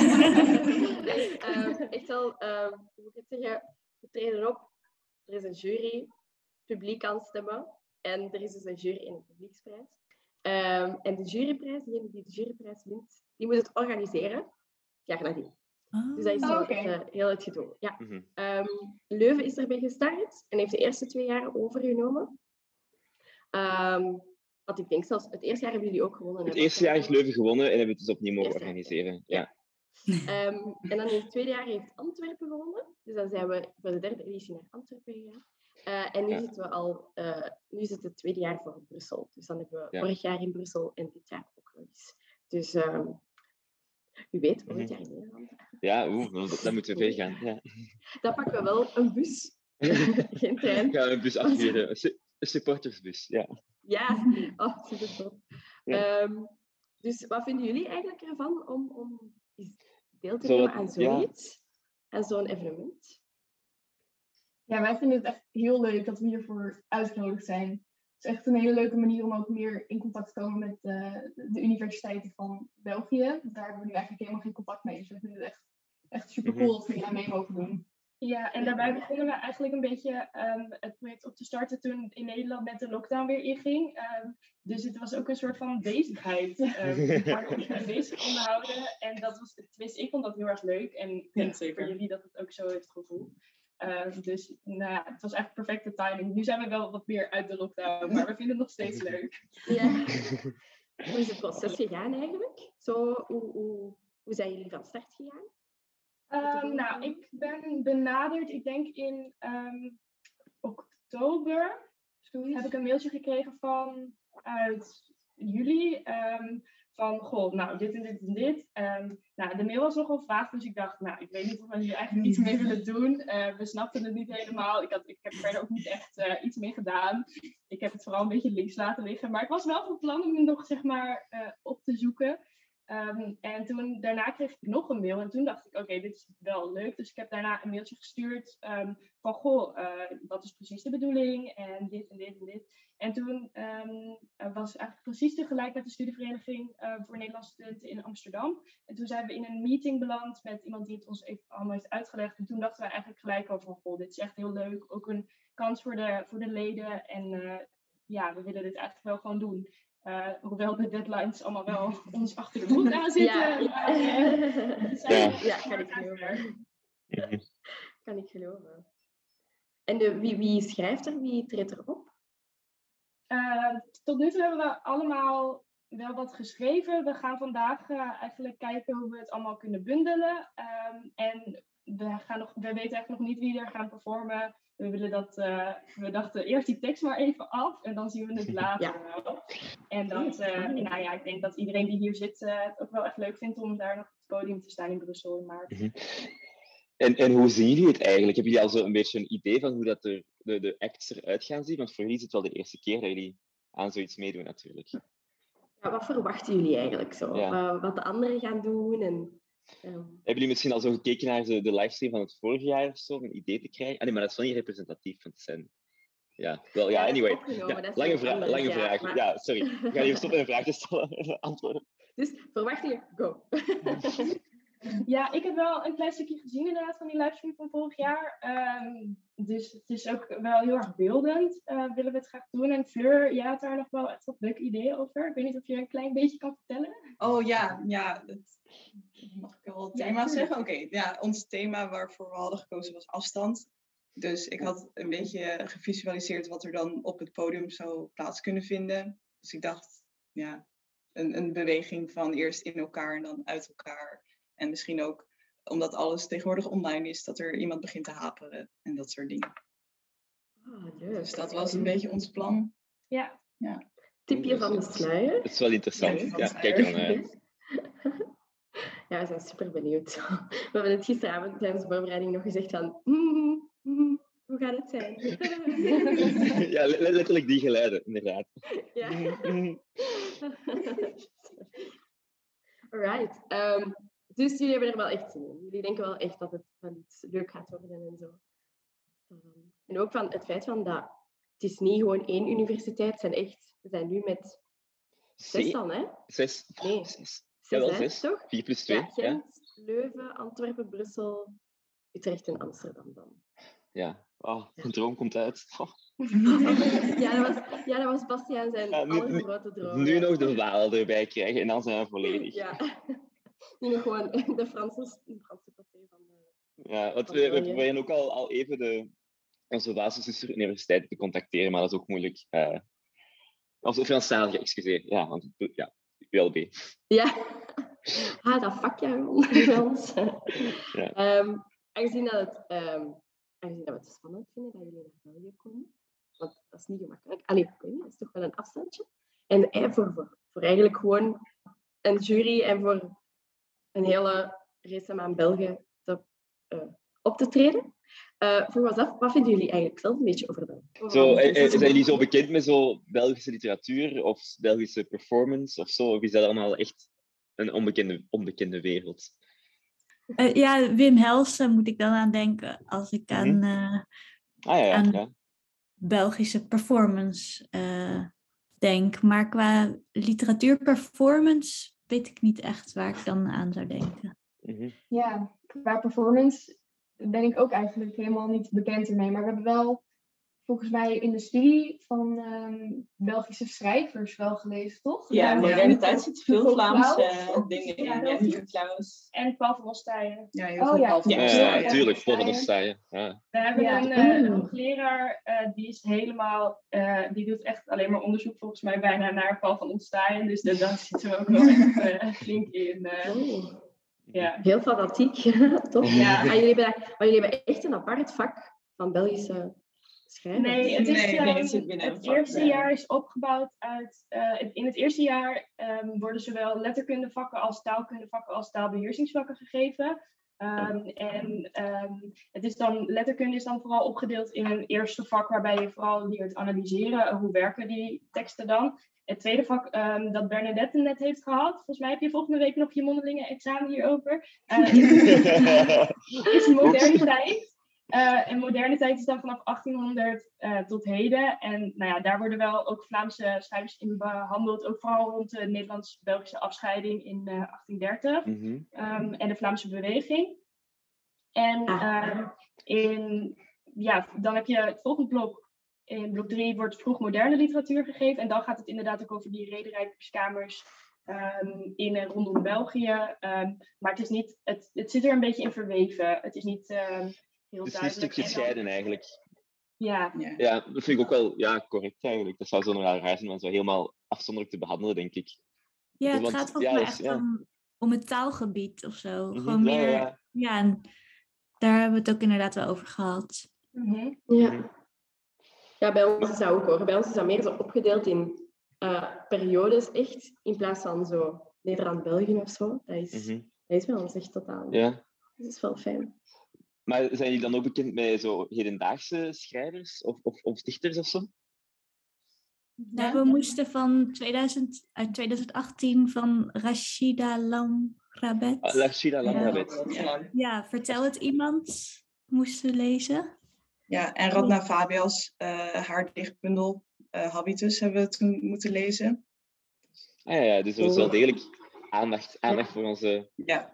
Speaker 2: Echt wel, hoe moet ik het zeggen? We treden op, er is een jury, publiek kan stemmen. En er is dus een jury en een publieksprijs. En de juryprijs, degene die de juryprijs wint, die moet het organiseren. Jaar nadien. Dus dat is heel het gedoe. Ja. Leuven is erbij gestart en heeft de eerste 2 jaar overgenomen. Want ik denk zelfs, het eerste jaar hebben jullie ook gewonnen.
Speaker 7: Het eerste jaar is Leuven gewonnen en hebben we het dus opnieuw mogen organiseren. Ja.
Speaker 2: En dan in het tweede jaar heeft Antwerpen gewonnen. Dus dan zijn we voor de 3e editie naar Antwerpen gegaan. En nu zitten we al, nu is het het 2e jaar voor Brussel. Dus dan hebben we vorig jaar in Brussel en dit jaar ook nog eens. Dus wie weet, volgend jaar in Nederland.
Speaker 7: Ja, dan moeten we ver gaan. Ja.
Speaker 2: Dan pakken we wel een bus. Geen trein.
Speaker 7: Ja, een bus afhuren. Een supportersbus, ja.
Speaker 2: Ja, super tof. Dus wat vinden jullie eigenlijk ervan om deel te nemen aan zoiets? Aan zo'n evenement?
Speaker 8: Ja, wij vinden het echt heel leuk dat we hiervoor uitgenodigd zijn. Het is echt een hele leuke manier om ook meer in contact te komen met de universiteiten van België. Daar hebben we nu eigenlijk helemaal geen contact mee. Dus we vinden het echt super cool dat we hier aan mee mogen doen. Ja, en daarbij begonnen we eigenlijk een beetje het project op te starten toen in Nederland met de lockdown weer inging. Dus het was ook een soort van bezigheid waar we ons mee bezig konden houden. En dat was, tenminste, ik vond dat heel erg leuk. En ik denk voor jullie dat het ook zo heeft gevoeld. Dus het was echt perfecte timing. Nu zijn we wel wat meer uit de lockdown, maar we vinden het nog steeds leuk.
Speaker 2: Ja. Hoe is het proces gegaan eigenlijk? Hoe zijn jullie van start gegaan?
Speaker 8: Ik ben benaderd, ik denk in oktober. Heb ik een mailtje gekregen uit jullie. Van, dit en dit en dit. De mail was nogal vaag, dus ik dacht, ik weet niet of we hier eigenlijk iets mee willen doen. We snapten het niet helemaal. Ik heb verder ook niet echt iets mee gedaan. Ik heb het vooral een beetje links laten liggen. Maar ik was wel van plan om hem nog, op te zoeken. En daarna kreeg ik nog een mail en toen dacht ik, oké, dit is wel leuk. Dus ik heb daarna een mailtje gestuurd van, wat is precies de bedoeling en dit en dit en dit. En toen was eigenlijk precies tegelijk met de studievereniging voor Nederlandse studenten in Amsterdam. En toen zijn we in een meeting beland met iemand die het ons even allemaal heeft uitgelegd. En toen dachten we eigenlijk gelijk al van, dit is echt heel leuk. Ook een kans voor de leden en we willen dit eigenlijk wel gewoon doen. Hoewel de deadlines allemaal wel ons achter de broek aan zitten.
Speaker 2: Kan ik geloven. Kan ik geloven. En wie schrijft er? Wie treedt erop?
Speaker 8: Tot nu toe hebben we allemaal wel wat geschreven. We gaan vandaag eigenlijk kijken hoe we het allemaal kunnen bundelen. En we weten eigenlijk nog niet wie er gaan performen. We dachten eerst die tekst maar even af en dan zien we het later wel. En ik denk dat iedereen die hier zit het ook wel echt leuk vindt om daar nog op het podium te staan in Brussel in maart.
Speaker 7: En hoe zien jullie het eigenlijk? Hebben jullie al zo een beetje een idee van hoe dat de acts eruit gaan zien? Want voor jullie is het wel de eerste keer dat jullie aan zoiets meedoen natuurlijk.
Speaker 2: Ja, wat verwachten jullie eigenlijk zo? Wat de anderen gaan doen en...
Speaker 7: Hebben jullie misschien al zo gekeken naar de livestream van het vorige jaar of zo, om een idee te krijgen? Nee, maar dat is wel niet representatief van te zijn. Anyway. Lange vraag. Maar... Ja, sorry. Ik ga even stoppen en een vraag te stellen. Antwoorden.
Speaker 2: Dus, verwachtingen, go.
Speaker 8: Ja, ik heb wel een klein stukje gezien inderdaad van die livestream van vorig jaar. Dus het is ook wel heel erg beeldend. Willen we het graag doen. En Fleur, jij had daar nog wel echt wat leuke ideeën over. Ik weet niet of je een klein beetje kan vertellen.
Speaker 11: Oh ja, mag ik wel het thema zeggen? Oké, ons thema waarvoor we hadden gekozen was afstand. Dus ik had een beetje gevisualiseerd wat er dan op het podium zou plaats kunnen vinden. Dus ik dacht, een beweging van eerst in elkaar en dan uit elkaar. En misschien ook, omdat alles tegenwoordig online is, dat er iemand begint te haperen en dat soort dingen. Dus dat was een beetje ons plan.
Speaker 8: Ja.
Speaker 2: Tipje van de sluier.
Speaker 7: Dat is wel interessant. Kijk dan uit.
Speaker 2: Ja, we zijn super benieuwd. We hebben het gisteravond tijdens de voorbereiding nog gezegd van... hoe gaat het zijn?
Speaker 7: Ja, letterlijk die geluiden, inderdaad.
Speaker 2: Ja. Alright. Dus jullie hebben er wel echt zin in. Jullie denken wel echt dat het wel iets leuk gaat worden en zo. En ook van het feit van dat het is niet gewoon één universiteit. We zijn nu met 6 dan, hè?
Speaker 7: 6.
Speaker 2: Nee.
Speaker 7: 6. Jawel, 6.
Speaker 2: Toch?
Speaker 7: 4 plus 2.
Speaker 2: Ja, Gent, Leuven, Antwerpen, Brussel, Utrecht en Amsterdam dan.
Speaker 7: Ja. Een droom komt uit.
Speaker 2: Dat was Bastiaan zijn allergrote droom.
Speaker 7: Nu nog de Waal erbij krijgen en dan zijn we volledig.
Speaker 2: Ja. Nu nog gewoon de Franse paté van de...
Speaker 7: Ja, want we proberen ook al even onze basisuniversiteiten te contacteren, maar dat is ook moeilijk. Of Franstalige, excuseer. Ja, want ULB.
Speaker 2: Ja. Dat vakje ons. Aangezien dat we het spannend vinden dat jullie naar België komen. Want dat is niet gemakkelijk. Ik weet niet, dat is toch wel een afstandje. En voor eigenlijk gewoon een jury en voor een hele race aan België op te treden. Vroeg was af, wat vinden jullie eigenlijk zelf een beetje over België?
Speaker 7: Zijn jullie zo bekend met zo Belgische literatuur of Belgische performance of zo? Of is dat allemaal echt een onbekende wereld?
Speaker 12: Wim Helsen moet ik dan aan denken als ik aan Belgische performance denk. Maar qua literatuurperformance weet ik niet echt waar ik dan aan zou denken.
Speaker 9: Ja, qua performance ben ik ook eigenlijk helemaal niet bekend ermee. Maar we hebben wel
Speaker 8: volgens mij in de studie van Belgische schrijvers wel gelezen, toch?
Speaker 10: Ja, in moderne tijd zitten veel Vlaamse dingen in.
Speaker 8: Ja,
Speaker 10: Hugo Claus.
Speaker 8: En Paul van Ostaaien.
Speaker 11: Ja, heel veel Paul van
Speaker 7: Ja, tuurlijk, Paul van Ostaaien. Ja.
Speaker 8: We hebben een hoogleraar, die is helemaal, die doet echt alleen maar onderzoek volgens mij bijna naar Paul van Ostaaien. Dus daar zitten we ook wel echt flink in. Ja.
Speaker 2: Heel fanatiek, toch?
Speaker 8: Ja.
Speaker 2: Maar jullie hebben echt een apart vak van Belgische schrijvers.
Speaker 8: Nee, het is,
Speaker 10: het zit binnen
Speaker 8: het eerste jaar is opgebouwd uit... in het eerste jaar worden zowel letterkundevakken als taalkundevakken als taalbeheersingsvakken gegeven. Het is dan, letterkunde is dan vooral opgedeeld in een eerste vak waarbij je vooral leert analyseren. Hoe werken die teksten dan? Het tweede vak dat Bernadette net heeft gehad, volgens mij heb je volgende week nog je mondelinge examen hierover, is moderniteit. En moderne tijd is dan vanaf 1800 tot heden. En nou ja, daar worden wel ook Vlaamse schrijvers in behandeld. Ook vooral rond de Nederlands-Belgische afscheiding in 1830. En de Vlaamse beweging. En dan heb je het volgende blok. In blok 3 wordt vroegmoderne literatuur gegeven. En dan gaat het inderdaad ook over die rederijkerskamers in en rondom België. Maar het is niet, het zit er een beetje in verweven. Het is niet... heel
Speaker 7: het is een stukje scheiden eigenlijk.
Speaker 8: Ja.
Speaker 7: Ja, dat vind ik ook wel correct eigenlijk. Dat zou zo raar zijn om zo helemaal afzonderlijk te behandelen, denk ik.
Speaker 12: Ja, het gaat volgens mij echt om het taalgebied of zo. Gewoon meer... Ja, en daar hebben we het ook inderdaad wel over gehad.
Speaker 2: Ja, bij ons is dat ook hoor. Bij ons is dat meer zo opgedeeld in periodes echt, in plaats van zo Nederland-België of zo. Dat is bij ons echt totaal.
Speaker 7: Ja.
Speaker 2: Dat is wel fijn.
Speaker 7: Maar zijn jullie dan ook bekend met zo hedendaagse schrijvers of dichters of zo?
Speaker 12: Ja, we moesten uit 2018 van Rashida Lamrabet.
Speaker 7: Rashida Lamrabet.
Speaker 12: Ja, Vertel het iemand moesten lezen.
Speaker 11: Ja, en Radna Fabias, haar dichtbundel Habitus hebben we toen moeten lezen.
Speaker 7: Ja, dus er is wel degelijk aandacht voor onze...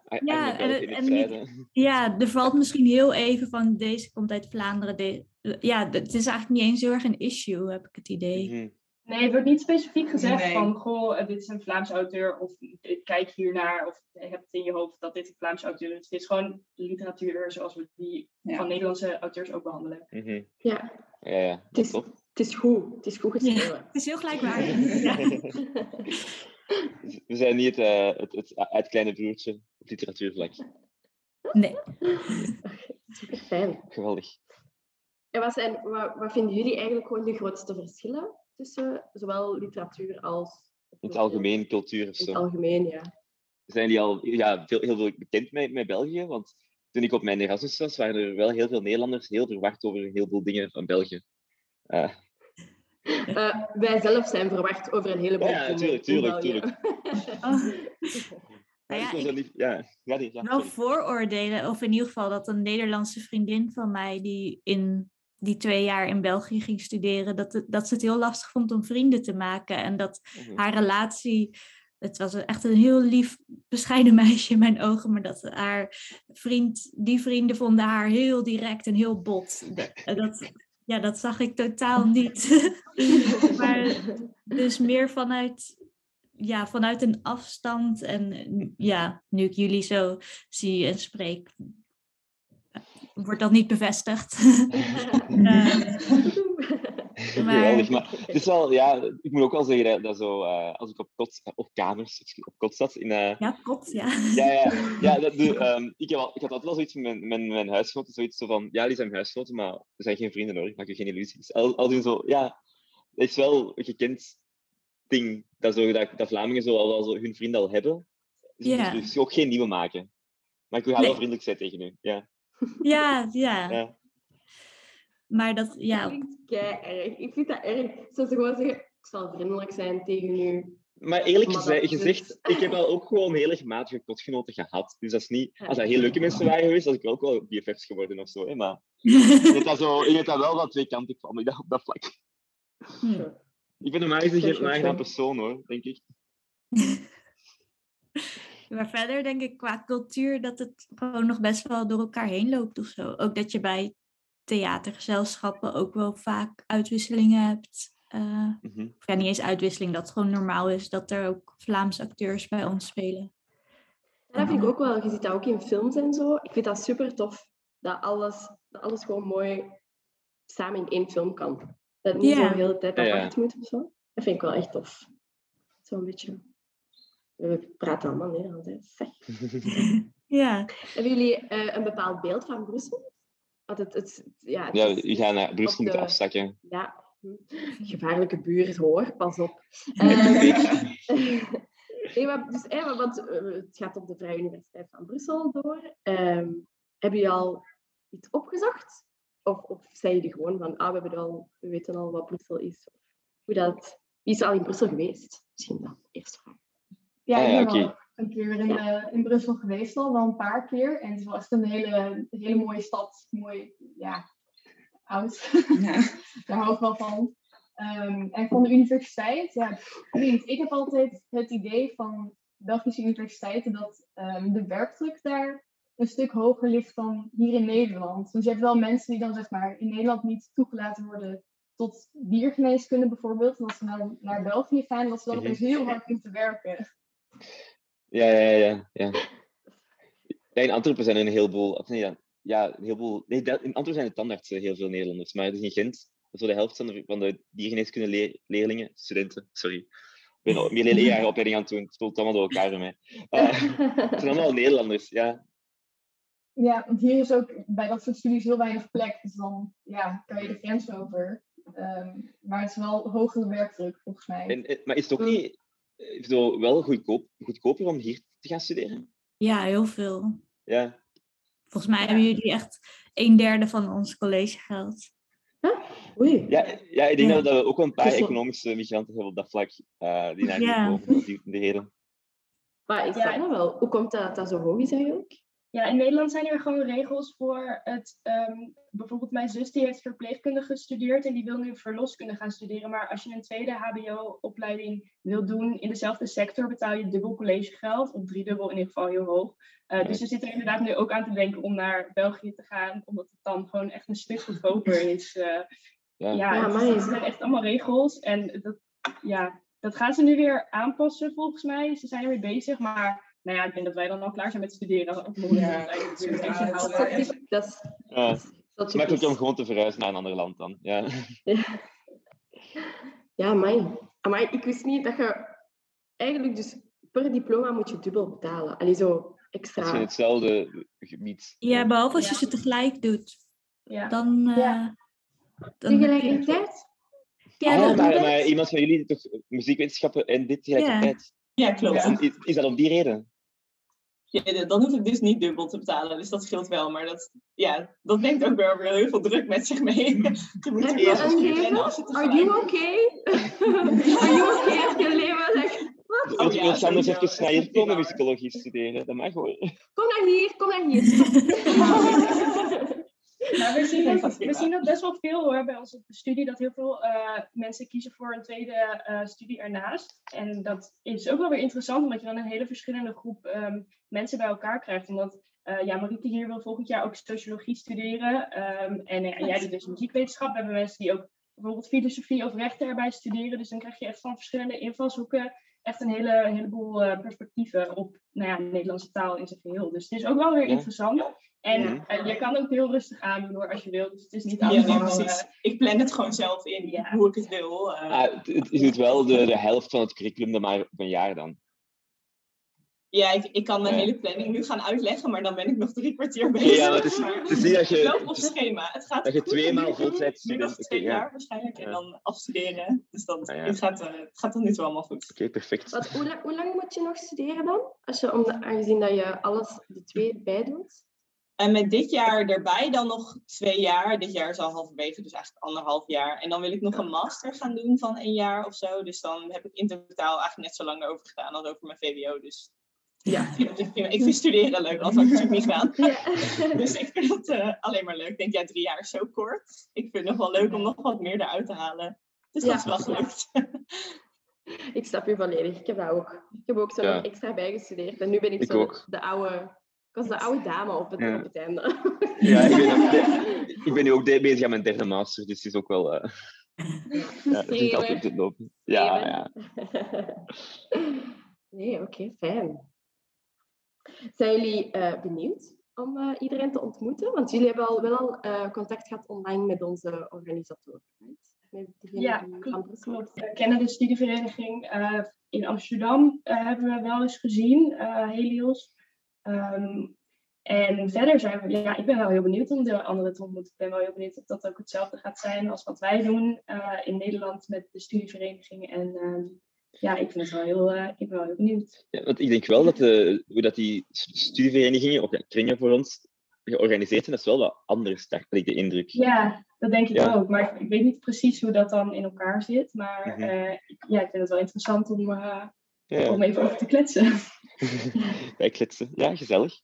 Speaker 12: er valt misschien heel even van deze komt uit Vlaanderen. Het is eigenlijk niet eens heel erg een issue, heb ik het idee.
Speaker 8: Nee, het wordt niet specifiek gezegd van, goh, dit is een Vlaamse auteur, of kijk hiernaar, of heb het in je hoofd dat dit een Vlaamse auteur is. Het is gewoon literatuur zoals we die van Nederlandse auteurs ook behandelen.
Speaker 2: Ja.
Speaker 7: Het
Speaker 2: is goed. Het is goed geschreven.
Speaker 12: Het is heel gelijkwaardig.
Speaker 7: We zijn niet het kleine broertje op literatuurvlak.
Speaker 12: Nee.
Speaker 2: Super fijn.
Speaker 7: Geweldig.
Speaker 2: En wat vinden jullie eigenlijk gewoon de grootste verschillen tussen zowel literatuur als...
Speaker 7: In het algemeen, cultuur of zo.
Speaker 2: In het algemeen, ja.
Speaker 7: Zijn die al heel veel bekend met België? Want toen ik op mijn Erasmus was, waren er wel heel veel Nederlanders heel verward over heel veel dingen van België.
Speaker 2: Wij zelf zijn verwacht over een heleboel dingen.
Speaker 7: Tuurlijk.
Speaker 12: Wel vooroordelen, of in ieder geval dat een Nederlandse vriendin van mij die in die 2 jaar in België ging studeren, dat ze het heel lastig vond om vrienden te maken. En dat haar relatie, het was echt een heel lief, bescheiden meisje in mijn ogen, maar dat haar vrienden vonden haar heel direct en heel bot. Dat zag ik totaal niet. Maar dus meer vanuit een afstand. En nu ik jullie zo zie en spreek, wordt dat niet bevestigd.
Speaker 7: Maar het is wel, ik moet ook wel zeggen dat zo, als ik op kot zat. Ik had altijd wel zoiets met mijn huisgenoten, zoiets zo van, die zijn huisgenoten, maar we zijn geen vrienden hoor, ik maak je geen illusies. Het is wel een gekend ding, dat Vlamingen zo hun vrienden al hebben. Dus ook geen nieuwe maken. Maar ik wil wel vriendelijk zijn tegen u,
Speaker 12: Ja. Maar dat,
Speaker 2: Ik vind dat erg. Zoals ze gewoon zeggen, ik zal vriendelijk zijn tegen u.
Speaker 7: Maar eerlijk gezegd, ik heb al ook gewoon heel erg matige kotgenoten gehad. Dus dat is niet... Als dat heel leuke mensen waren geweest, was ik ook wel BFF's geworden of zo. Hè? Maar je hebt dat wel wat twee kanten van op dat vlak. Ik ben normaal gezegd een aangenaam persoon, hoor, denk ik.
Speaker 12: Maar verder denk ik qua cultuur dat het gewoon nog best wel door elkaar heen loopt of zo. Ook dat je bij theatergezelschappen ook wel vaak uitwisselingen hebt. Of ja, niet eens uitwisseling, dat het gewoon normaal is dat er ook Vlaamse acteurs bij ons spelen.
Speaker 2: Dat vind ik ook wel. Je ziet dat ook in films en zo. Ik vind dat super tof dat alles gewoon mooi samen in één film kan. Dat het niet zo de hele tijd apart moet of zo. Dat vind ik wel echt tof. Zo'n beetje. We praten allemaal Nederlands, hè. Zeg.
Speaker 12: Ja.
Speaker 2: Hebben jullie een bepaald beeld van Brussel?
Speaker 7: U gaat naar Brussel moeten afzakken.
Speaker 2: Ja, gevaarlijke buurt hoor, pas op. Want het gaat op de Vrije Universiteit van Brussel door. Hebben jullie al iets opgezocht? Of zijn jullie gewoon van, we weten al wat Brussel is? Wie is al in Brussel geweest? Misschien dat eerste vraag.
Speaker 8: Ja, ik ben al een keer in Brussel geweest al, wel een paar keer. En het was echt een hele mooie stad. Mooi, oud. Ja. Daar hou ik wel van. En van de universiteit, ik heb altijd het idee van Belgische universiteiten dat de werkdruk daar een stuk hoger ligt dan hier in Nederland. Dus je hebt wel mensen die dan zeg maar in Nederland niet toegelaten worden tot diergeneeskunde bijvoorbeeld. En als ze nou naar België gaan, dat ze dan opeens heel hard moeten werken.
Speaker 7: Ja. In Antwerpen zijn er een heleboel... in Antwerpen zijn het tandartsen heel veel Nederlanders, maar dus in Gent, zo de helft van de diergeneeskunde leerlingen, studenten, sorry. Ik ben meer leerjarenopleiding aan het doen, het voelt allemaal door elkaar voor mij. Het zijn allemaal Nederlanders, ja.
Speaker 8: Ja, want hier is ook bij dat soort studies heel weinig plek, dus dan kan je de grens over. Maar het is wel hogere werkdruk, volgens mij.
Speaker 7: Maar is het ook niet wel goedkoper om hier te gaan studeren?
Speaker 12: Ja, heel veel.
Speaker 7: Ja.
Speaker 12: Volgens mij hebben jullie echt 1/3 van ons collegegeld.
Speaker 2: Oei.
Speaker 7: Ja, ik denk dat we ook wel een paar economische migranten hebben op dat vlak die naar hier komen, dat die de reden.
Speaker 2: Maar is dat nou wel? Hoe komt dat zo hoog is eigenlijk?
Speaker 9: Ja, in Nederland zijn er gewoon regels voor het... bijvoorbeeld mijn zus die heeft verpleegkunde gestudeerd en die wil nu verloskunde gaan studeren. Maar als je een tweede hbo-opleiding wil doen in dezelfde sector, betaal je dubbel collegegeld. Of 3-dubbel in ieder geval heel hoog. Dus we zitten er inderdaad nu ook aan te denken om naar België te gaan. Omdat het dan gewoon echt een stuk goedkoper is. Het zijn echt allemaal regels. En dat gaan ze nu weer aanpassen volgens mij. Ze zijn ermee bezig, maar... Nou ja, ik denk dat wij dan al klaar zijn met studeren. Het
Speaker 7: is makkelijk om gewoon te verhuizen naar een ander land dan.
Speaker 2: Ja, maar ik wist niet dat je eigenlijk dus per diploma moet je dubbel betalen. Allee, zo extra.
Speaker 7: Als je hetzelfde gebied...
Speaker 12: Ja, behalve als je ze tegelijk doet.
Speaker 2: Ja.
Speaker 12: Dan
Speaker 2: tegelijkertijd?
Speaker 7: Maar iemand van jullie doet toch muziekwetenschappen en dit tegelijkertijd?
Speaker 10: Ja, klopt.
Speaker 7: Is dat om die reden?
Speaker 10: Ja, dan hoef ik dus niet dubbel te betalen, dus dat scheelt wel. Maar dat brengt ook wel weer heel veel druk met zich mee. Je moet
Speaker 2: Heb je een leven? Are you okay? Are you okay? Heb je leven?
Speaker 7: Ik wil Sanders even naar hier komen musicologie studeren. Dat mag hoor.
Speaker 2: Kom naar hier.
Speaker 9: Maar we zien dat best wel veel hoor, bij ons op de studie, dat heel veel mensen kiezen voor een tweede studie ernaast. En dat is ook wel weer interessant, omdat je dan een hele verschillende groep mensen bij elkaar krijgt. Omdat Marieke hier wil volgend jaar ook sociologie studeren. En jij doet dus muziekwetenschap. We hebben mensen die ook bijvoorbeeld filosofie of rechten erbij studeren. Dus dan krijg je echt van verschillende invalshoeken echt een heleboel perspectieven op Nederlandse taal in zijn geheel. Dus het is ook wel weer interessant. En je kan ook heel rustig aan doen als je wilt. Dus het is niet
Speaker 10: precies. Ik plan het gewoon zelf in hoe ik het wil.
Speaker 7: Het is wel de helft van het curriculum dan maar op een jaar dan.
Speaker 10: Ja, ik kan mijn hele planning nu gaan uitleggen, maar dan ben ik nog 3 kwartier bezig.
Speaker 7: Ja, maar het is niet dat je...
Speaker 10: Loop op schema. Het gaat
Speaker 7: dat je 2 maal voltijd
Speaker 10: nu nog 2 jaar waarschijnlijk en dan afstuderen. Dus het gaat tot nu toe allemaal goed.
Speaker 7: Oké, perfect.
Speaker 2: Hoe lang moet je nog studeren dan? Aangezien dat je alles de 2 bijdoet?
Speaker 10: En met dit jaar erbij dan nog 2 jaar. Dit jaar is al halverwege, dus eigenlijk 1,5 jaar. En dan wil ik nog een master gaan doen van 1 jaar of zo. Dus dan heb ik in totaal eigenlijk net zo lang over gedaan als over mijn VWO. Dus ik vind studeren leuk, anders had ik natuurlijk niet gedaan. Dus ik vind het alleen maar leuk. Ik denk, 3 jaar is zo kort. Ik vind het nog wel leuk om nog wat meer eruit te halen. Dus dat is wel gelukt.
Speaker 2: Ik snap je volledig. Ik heb dat ook. Ik heb ook zo nog extra bijgestudeerd. En nu ben ik zo de oude was de oude dame op het einde.
Speaker 7: Ja, ik ben nu ook bezig aan mijn derde master, dus het is ook wel... het is niet altijd het lopen. Ja.
Speaker 2: Nee, oké, fijn. Zijn jullie benieuwd om iedereen te ontmoeten? Want jullie hebben al wel contact gehad online met onze organisatoren.
Speaker 9: Ja, klopt. We kennen de studievereniging in Amsterdam, hebben we wel eens gezien, Helios. En verder zijn we, ik ben wel heel benieuwd om de anderen te ontmoeten. Ik ben wel heel benieuwd of dat ook hetzelfde gaat zijn als wat wij doen in Nederland met de studievereniging. En ik vind het wel ik ben wel heel benieuwd.
Speaker 7: Ja, want ik denk wel dat hoe dat die studieverenigingen of kringen voor ons georganiseerd zijn, dat is wel wat anders, heb ik de indruk.
Speaker 9: Ja, dat denk ik ook. Maar ik weet niet precies hoe dat dan in elkaar zit. Maar ik vind het wel interessant om even over te kletsen.
Speaker 7: Wij kletsen. Ja, gezellig.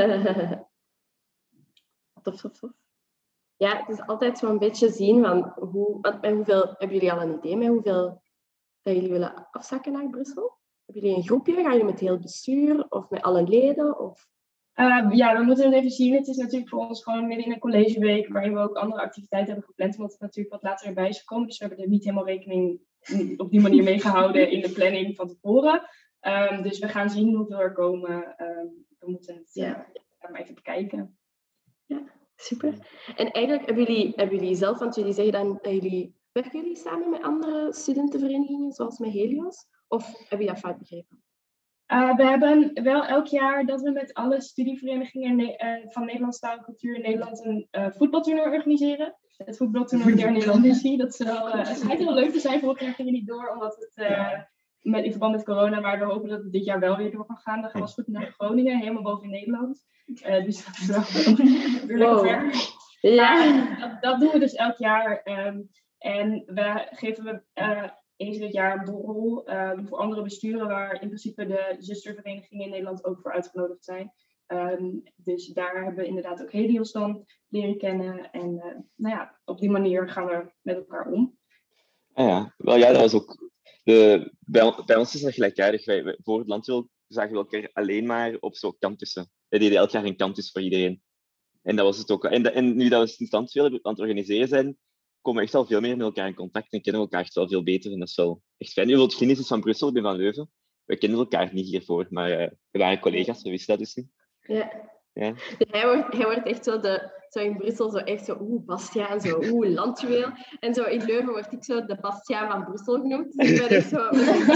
Speaker 2: Tof. Ja, het is altijd zo'n beetje zien van met hoeveel... Hebben jullie al een idee met hoeveel dat jullie willen afzakken naar Brussel? Hebben jullie een groepje? Gaan jullie met heel het bestuur? Of met alle leden? Of...
Speaker 9: we moeten het even zien. Het is natuurlijk voor ons gewoon midden in een collegeweek, waarin we ook andere activiteiten hebben gepland, omdat het natuurlijk wat later erbij is gekomen. Dus we hebben er niet helemaal rekening op die manier mee gehouden in de planning van tevoren. Dus we gaan zien hoeveel er komen. We moeten het maar even bekijken.
Speaker 2: Ja, super. En eigenlijk hebben jullie zelf, want jullie zeggen dan dat werken jullie samen met andere studentenverenigingen, zoals met Helios? Of heb je dat fout begrepen?
Speaker 9: We hebben wel elk jaar dat we met alle studieverenigingen van Nederlandse taal en cultuur in Nederland een voetbaltoernooi organiseren. Het voetbaltoernooi der Nederlandici. Dat schijnt heel leuk te zijn. Vorig jaar ging het niet door, omdat het in verband met corona, maar we hopen dat het dit jaar wel weer door kan gaan. Dan gaan we als goed naar Groningen, helemaal boven in Nederland. Dus dat is wel weer lekker ver. Ja. Dat doen we dus elk jaar. En we geven eens in het jaar een borrel voor andere besturen, waar in principe de zusterverenigingen in Nederland ook voor uitgenodigd zijn. Dus daar hebben we inderdaad ook Helios dan leren kennen. En op die manier gaan we met elkaar om.
Speaker 7: Dat was ook... Bij ons is dat gelijkaardig. Wij voor het landwiel zagen we elkaar alleen maar op zo'n campussen. Wij deden elk jaar een campus voor iedereen. En dat was het ook. En nu dat we sinds landwiel aan het organiseren zijn, komen we echt al veel meer met elkaar in contact en kennen we elkaar echt wel veel beter. En dat is wel echt fijn. Het vriend is van Brussel, ik ben van Leuven. We kennen elkaar niet hiervoor, maar we waren collega's, we wisten dat dus niet.
Speaker 2: Ja. Hij wordt echt zo in Brussel zo echt zo, Bastiaan, zo, landjuweel. En zo in Leuven word ik zo de Bastiaan van Brussel genoemd. Dus ik ben echt zo...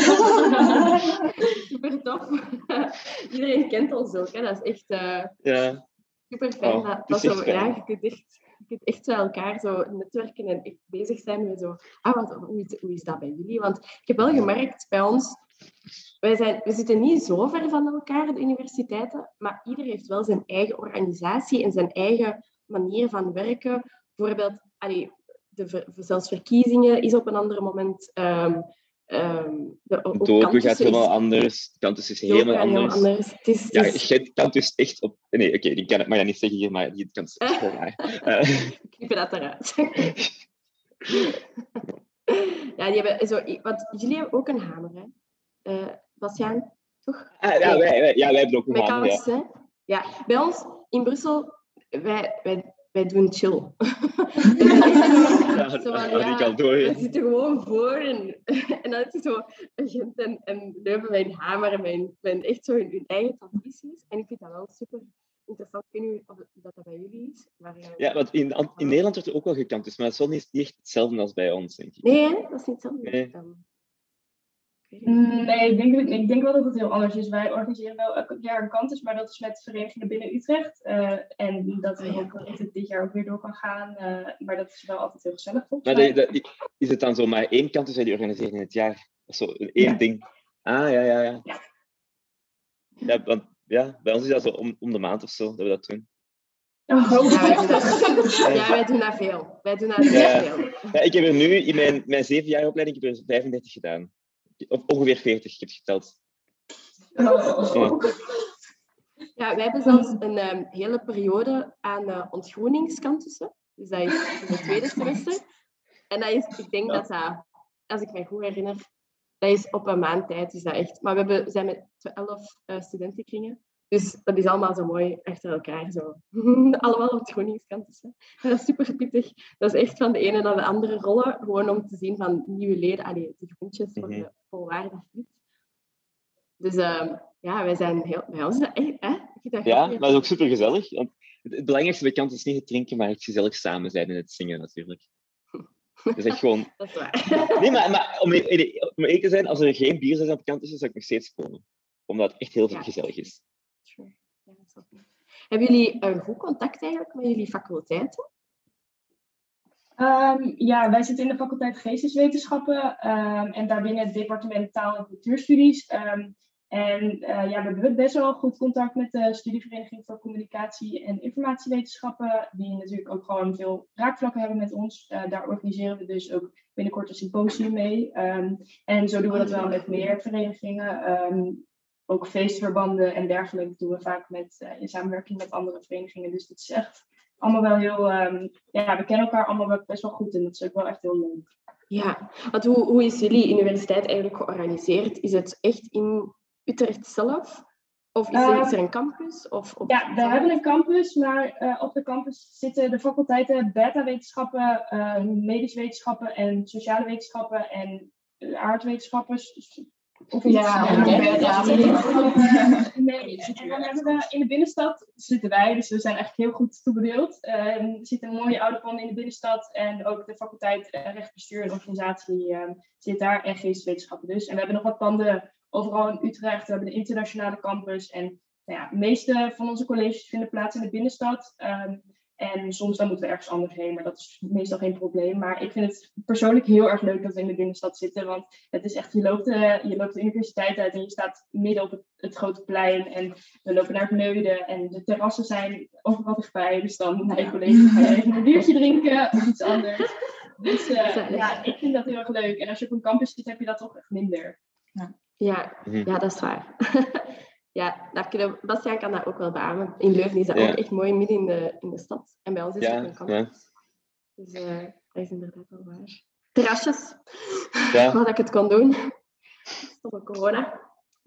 Speaker 2: super tof. Iedereen kent ons ook, hè. Dat is echt super fijn. Je kunt echt bij elkaar zo netwerken en echt bezig zijn met zo... hoe is dat bij jullie? Want ik heb wel gemerkt, bij ons... We zitten niet zo ver van elkaar, de universiteiten, maar ieder heeft wel zijn eigen organisatie en zijn eigen manier van werken. Bijvoorbeeld, zelfs verkiezingen is op een ander moment.
Speaker 7: De doorgang gaat helemaal anders. De campus is helemaal anders. Campus echt op... Nee, oké, die kan het maar niet zeggen hier, maar die campus is echt wel waar.
Speaker 2: Knip dat eruit. Ja, die hebben zo... Want jullie hebben ook een hamer, hè? Bastiaan, toch?
Speaker 7: Wij hebben ook een hamer,
Speaker 2: ja. Bij ons in Brussel, wij doen chill. We zitten gewoon voor en dan is het zo Gent en Leuven met een hamer en echt zo hun eigen tradities. En ik vind dat wel super interessant. Ik weet niet of dat bij jullie is. Maar,
Speaker 7: want in Nederland wordt er ook wel gecampus, maar het is wel niet echt hetzelfde als bij ons, denk ik.
Speaker 2: Nee, dat is niet hetzelfde.
Speaker 7: Nee.
Speaker 9: Nee, ik denk wel dat het heel anders is. Wij organiseren wel elk jaar een campus, maar dat is met verenigingen binnen Utrecht. En dat we hopen dat het dit jaar ook weer door kan gaan. Maar dat is wel altijd heel gezellig, volgens mij.
Speaker 7: Is het dan zo maar één campus die organiseren in het jaar? Zo één ding? Ja. Want bij ons is dat zo om de maand of zo, dat we dat doen.
Speaker 2: Wij doen dat veel. Veel.
Speaker 7: Ja, ik heb er nu in mijn 7 jaar opleiding, ik heb er 35 gedaan. Of ongeveer 40, ik heb het geteld.
Speaker 2: Ja, wij hebben zelfs een hele periode aan ontgroeningscantussen. Dus dat is in het tweede semester. En dat is, ik denk dat als ik me goed herinner, dat is op een maand tijd. Is dat echt. Maar we zijn met 11 studentenkringen. Dus dat is allemaal zo mooi achter elkaar. Zo. Allemaal op het Groningscampus. Dat is super pittig. Dat is echt van de ene naar de andere rollen. Gewoon om te zien van nieuwe leden. Die groentjes worden volwaardig lid. Dus wij zijn heel... Bij ons is dat echt...
Speaker 7: Ja, maar dat is ook super gezellig. Want het belangrijkste bij kant is niet het drinken, maar het gezellig samen zijn en het zingen natuurlijk. Dat is echt gewoon...
Speaker 2: Dat is waar.
Speaker 7: Nee, maar om eerlijk te zijn, als er geen bier is op kant is, zou ik nog steeds komen. Omdat het echt heel gezellig is.
Speaker 2: Ja, hebben jullie een goed contact eigenlijk met jullie faculteiten?
Speaker 9: Wij zitten in de faculteit Geesteswetenschappen en daarbinnen het departement Taal- en Cultuurstudies. We hebben best wel goed contact met de Studievereniging voor Communicatie- en Informatiewetenschappen, die natuurlijk ook gewoon veel raakvlakken hebben met ons. Daar organiseren we dus ook binnenkort een symposium mee. En zo doen we dat wel met meer verenigingen. Ook feestverbanden en dergelijke doen we vaak in samenwerking met andere verenigingen. Dus het is echt allemaal wel heel... we kennen elkaar allemaal best wel goed en dat is ook wel echt heel leuk.
Speaker 2: Ja, want hoe is jullie universiteit eigenlijk georganiseerd? Is het echt in Utrecht zelf? Of is er een campus?
Speaker 9: Ja, we hebben een campus, maar op de campus zitten de faculteiten beta-wetenschappen, medische wetenschappen en sociale wetenschappen en aardwetenschappen. En dan hebben we in de binnenstad zitten wij, dus we zijn echt heel goed toebedeeld. Er zit een mooie oude pand in de binnenstad en ook de faculteit recht, bestuur en organisatie zit daar en geesteswetenschappen dus. En we hebben nog wat panden overal in Utrecht. We hebben de internationale campus en de meeste van onze colleges vinden plaats in de binnenstad. En soms dan moeten we ergens anders heen, maar dat is meestal geen probleem. Maar ik vind het persoonlijk heel erg leuk dat we in de binnenstad zitten. Want het is echt, je loopt de universiteit uit en je staat midden op het grote plein. En we lopen naar het Neuden en de terrassen zijn overal dichtbij. Dus dan na je college ga je even een biertje drinken of iets anders. Dus ik vind dat heel erg leuk. En als je op een campus zit, heb je dat toch echt minder.
Speaker 2: Ja, dat is waar. Ja, Bastiaan kan dat ook wel beamen. In Leuven is dat ook echt mooi midden in de stad. En bij ons is het ook een campus. Ja. Dus dat is inderdaad wel waar. Terrasjes. Wat ik het kon doen. Stomme corona.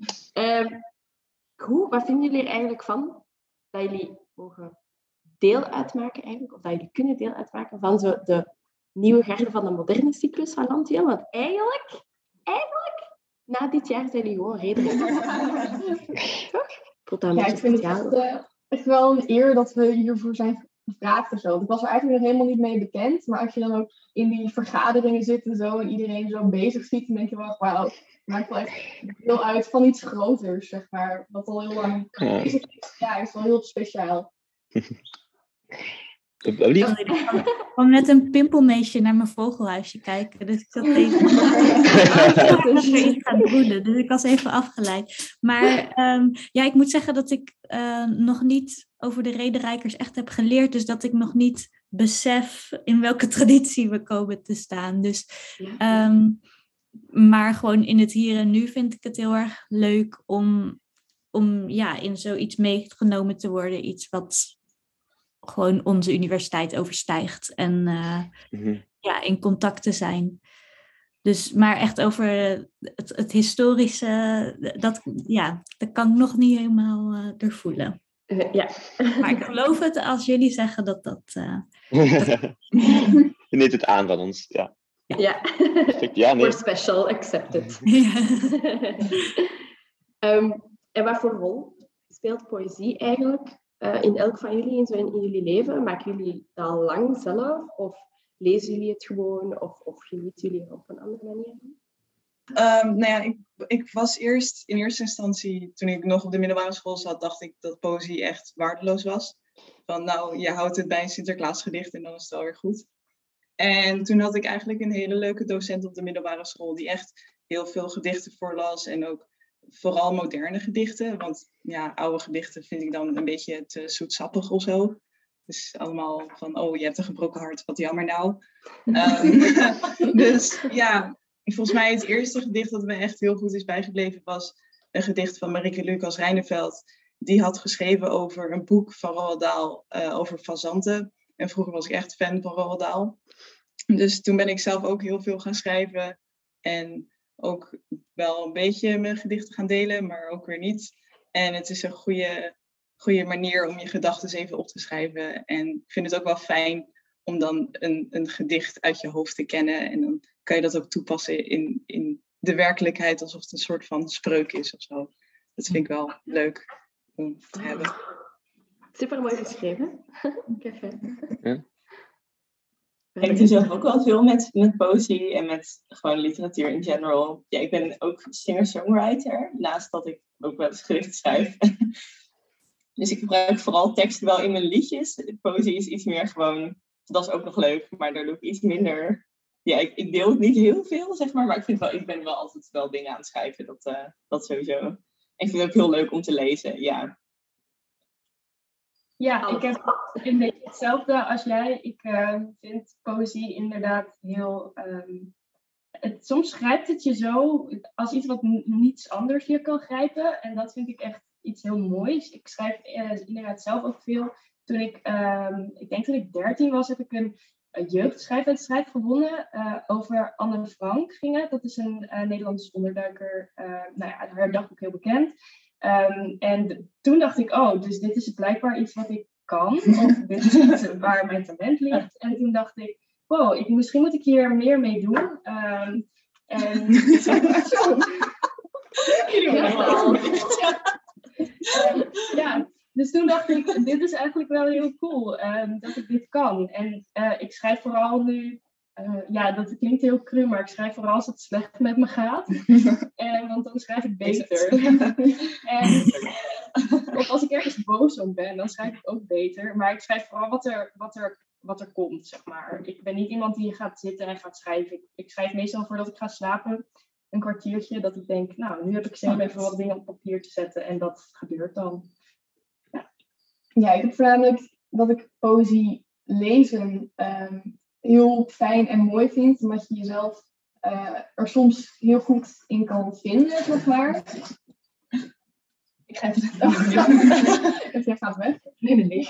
Speaker 2: Goed, wat vinden jullie er eigenlijk van? Dat jullie mogen deel uitmaken eigenlijk, of dat jullie kunnen deel uitmaken van zo de nieuwe garde van de moderne cyclus van Landheer? Want eigenlijk... Na dit jaar zijn jullie gewoon redelijk. Toch?
Speaker 8: Ik vind het echt wel een eer dat we hiervoor zijn gevraagd of zo. Ik was er eigenlijk nog helemaal niet mee bekend. Maar als je dan ook in die vergaderingen zit en zo en iedereen zo bezig ziet, dan denk je wel, wauw, het maakt wel echt deel uit van iets groters, zeg maar. Wat al heel lang bezig is. Ja, het is wel heel speciaal.
Speaker 12: Ik kwam net een pimpelmeisje naar mijn vogelhuisje kijken. Dus ik zat even gaan broeden. Dus ik was even afgeleid. Maar ik moet zeggen dat ik nog niet over de rederijkers echt heb geleerd. Dus dat ik nog niet besef in welke traditie we komen te staan. Dus, maar gewoon in het hier en nu vind ik het heel erg leuk om in zoiets meegenomen te worden. Iets wat gewoon onze universiteit overstijgt en in contact te zijn. Dus, maar echt over het historische, dat kan ik nog niet helemaal doorvoelen. Maar ik geloof het als jullie zeggen dat...
Speaker 7: Je neemt het aan van ons, ja.
Speaker 2: Perfect.
Speaker 7: Ja, nee.
Speaker 2: For special accepted. En wat voor rol speelt poëzie eigenlijk in elk van jullie in jullie leven? Maken jullie dat al lang zelf? Of lezen jullie het gewoon? Of genieten jullie er op een andere manier van?
Speaker 11: Ik was in eerste instantie, toen ik nog op de middelbare school zat, dacht ik dat poëzie echt waardeloos was. Van je houdt het bij een Sinterklaasgedicht en dan is het wel weer goed. En toen had ik eigenlijk een hele leuke docent op de middelbare school die echt heel veel gedichten voorlas en ook vooral moderne gedichten. Want oude gedichten vind ik dan een beetje te zoetsappig of zo. Dus allemaal van, je hebt een gebroken hart, wat jammer nou. Dus volgens mij het eerste gedicht dat me echt heel goed is bijgebleven was een gedicht van Marieke Lucas Reineveld. Die had geschreven over een boek van Roald Dahl over fazanten. En vroeger was ik echt fan van Roald Dahl. Dus toen ben ik zelf ook heel veel gaan schrijven. En ook wel een beetje mijn gedichten gaan delen, maar ook weer niet. En het is een goede manier om je gedachten even op te schrijven. En ik vind het ook wel fijn om dan een gedicht uit je hoofd te kennen. En dan kan je dat ook toepassen in de werkelijkheid, alsof het een soort van spreuk is of zo. Dat vind ik wel leuk om te hebben.
Speaker 2: Super mooi geschreven.
Speaker 10: Ja. Ik doe zelf ook wel veel met poëzie en met gewoon literatuur in general. Ja, ik ben ook singer-songwriter, naast dat ik ook wel eens gedichten schrijf. Dus ik gebruik vooral teksten wel in mijn liedjes. Poëzie is iets meer gewoon, dat is ook nog leuk, maar daar doe ik iets minder. Ja, ik deel het niet heel veel, zeg maar ik ben wel altijd wel dingen aan het schrijven, dat sowieso. En ik vind het ook heel leuk om te lezen, ja.
Speaker 9: Ja, ik heb een beetje hetzelfde als jij. Ik vind poëzie inderdaad heel... soms grijpt het je zo als iets wat niets anders je kan grijpen. En dat vind ik echt iets heel moois. Ik schrijf inderdaad zelf ook veel. Toen ik denk toen ik 13 was, heb ik een jeugdschrijfwedstrijd gewonnen. Over Anne Frank ging het. Dat is een Nederlandse onderduiker. Haar dagboek heel bekend. En toen dacht ik, dus dit is blijkbaar iets wat ik kan. Of dit is waar mijn talent ligt. En toen dacht ik, misschien moet ik hier meer mee doen. Dus toen dacht ik, dit is eigenlijk wel heel cool dat ik dit kan. En ik schrijf vooral nu, dat klinkt heel cru, maar ik schrijf vooral als het slecht met me gaat. Want dan schrijf ik beter. Of als ik ergens boos om ben, dan schrijf ik ook beter. Maar ik schrijf vooral wat er komt, zeg maar. Ik ben niet iemand die gaat zitten en gaat schrijven. Ik schrijf meestal voordat ik ga slapen een kwartiertje dat ik denk, nu heb ik zin om even wat dingen op papier te zetten. En dat gebeurt dan.
Speaker 8: Ja, ik heb voornamelijk dat ik poëzie lezen heel fijn en mooi vind. Omdat je jezelf er soms heel goed in kan vinden, zeg maar. Ik ga even het gaat weg. Nee.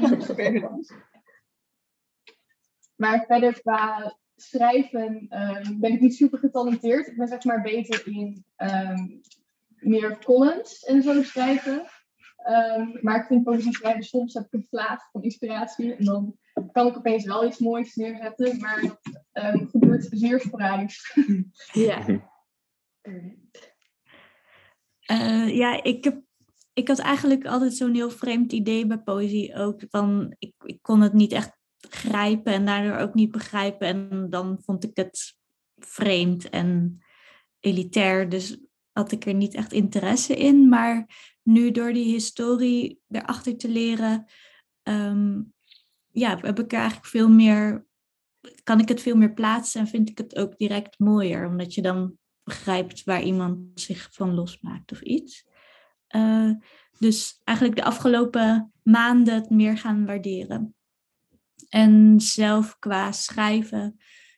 Speaker 8: Maar verder qua schrijven ben ik niet super getalenteerd. Ik ben zeg maar beter in meer columns en zo schrijven. Maar ik vind poëzie schrijven, soms heb ik een vlaag van inspiratie. En dan kan ik opeens wel iets moois neerzetten. Maar dat gebeurt zeer sporadisch.
Speaker 2: Ja.
Speaker 12: Ik had eigenlijk altijd zo'n heel vreemd idee bij poëzie ook. Van, ik kon het niet echt grijpen en daardoor ook niet begrijpen. En dan vond ik het vreemd en elitair. Dus had ik er niet echt interesse in. Maar nu door die historie erachter te leren, heb ik er eigenlijk veel meer, kan ik het veel meer plaatsen en vind ik het ook direct mooier. Omdat je dan begrijpt waar iemand zich van losmaakt of iets. Dus eigenlijk de afgelopen maanden het meer gaan waarderen. En zelf qua schrijven.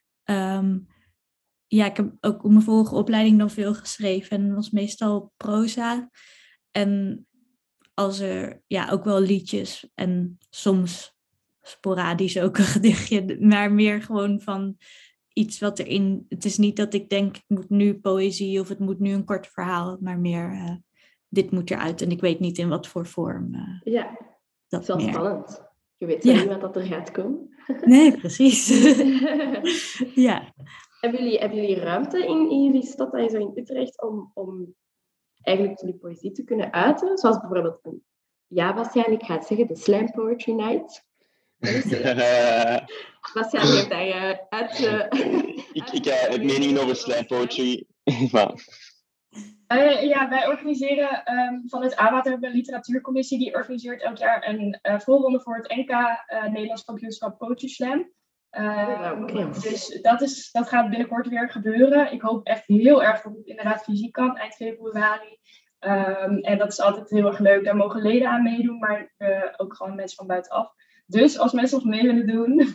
Speaker 12: Ik heb ook op mijn vorige opleiding dan veel geschreven. En dat was meestal proza. En als er ook wel liedjes en soms sporadisch ook een gedichtje. Maar meer gewoon van iets wat erin... Het is niet dat ik denk, ik moet nu poëzie of het moet nu een kort verhaal. Maar meer, dit moet eruit. En ik weet niet in wat voor vorm.
Speaker 2: Dat is wel spannend. Je weet niet wat dat er gaat komen.
Speaker 12: Nee, precies. Ja.
Speaker 2: Hebben jullie ruimte in jullie stad, zo in Utrecht, om eigenlijk jullie poëzie te kunnen uiten? Zoals bijvoorbeeld Bastiaan, ik ga het zeggen, de Slam Poetry Night. Bastiaan heeft daar uit...
Speaker 7: Ik heb meningen over Slam Poetry.
Speaker 9: Wij organiseren vanuit AWAT hebben we een literatuurcommissie die organiseert elk jaar een voorronde voor het NK Nederlands Kampioenschap Poetry Slam. Dus dat gaat binnenkort weer gebeuren. Ik hoop echt heel erg dat het inderdaad fysiek kan, eind februari. En dat is altijd heel erg leuk. Daar mogen leden aan meedoen, maar ook gewoon mensen van buitenaf. Dus als mensen nog mee willen doen...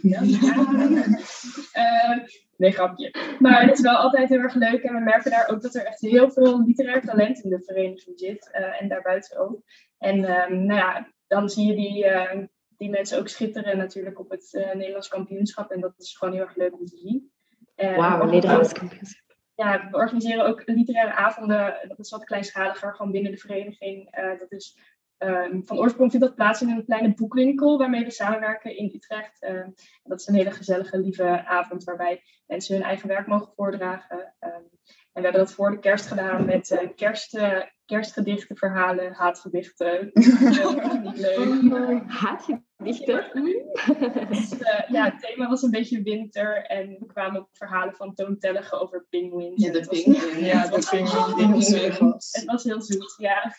Speaker 9: nee, grapje. Maar het is wel altijd heel erg leuk. En we merken daar ook dat er echt heel veel literair talent in de vereniging zit. En daarbuiten ook. En dan zie je die mensen ook schitteren natuurlijk op het Nederlands kampioenschap. En dat is gewoon heel erg leuk om te zien.
Speaker 2: Wauw, Nederlands kampioenschap.
Speaker 9: we organiseren ook literaire avonden. Dat is wat kleinschaliger, gewoon binnen de vereniging. Dat is van oorsprong vindt dat plaats in een kleine boekwinkel waarmee we samenwerken in Utrecht. Dat is een hele gezellige, lieve avond waarbij mensen hun eigen werk mogen voordragen. En we hebben dat voor de kerst gedaan met kerstgedichten, verhalen, haatgedichten. Niet leuk.
Speaker 2: Haatgedichten?
Speaker 9: Dus, het thema was een beetje winter en we kwamen op verhalen van toontelligen over pinguïns.
Speaker 11: Ja, de pinguïn.
Speaker 9: Het was heel zoet, ja.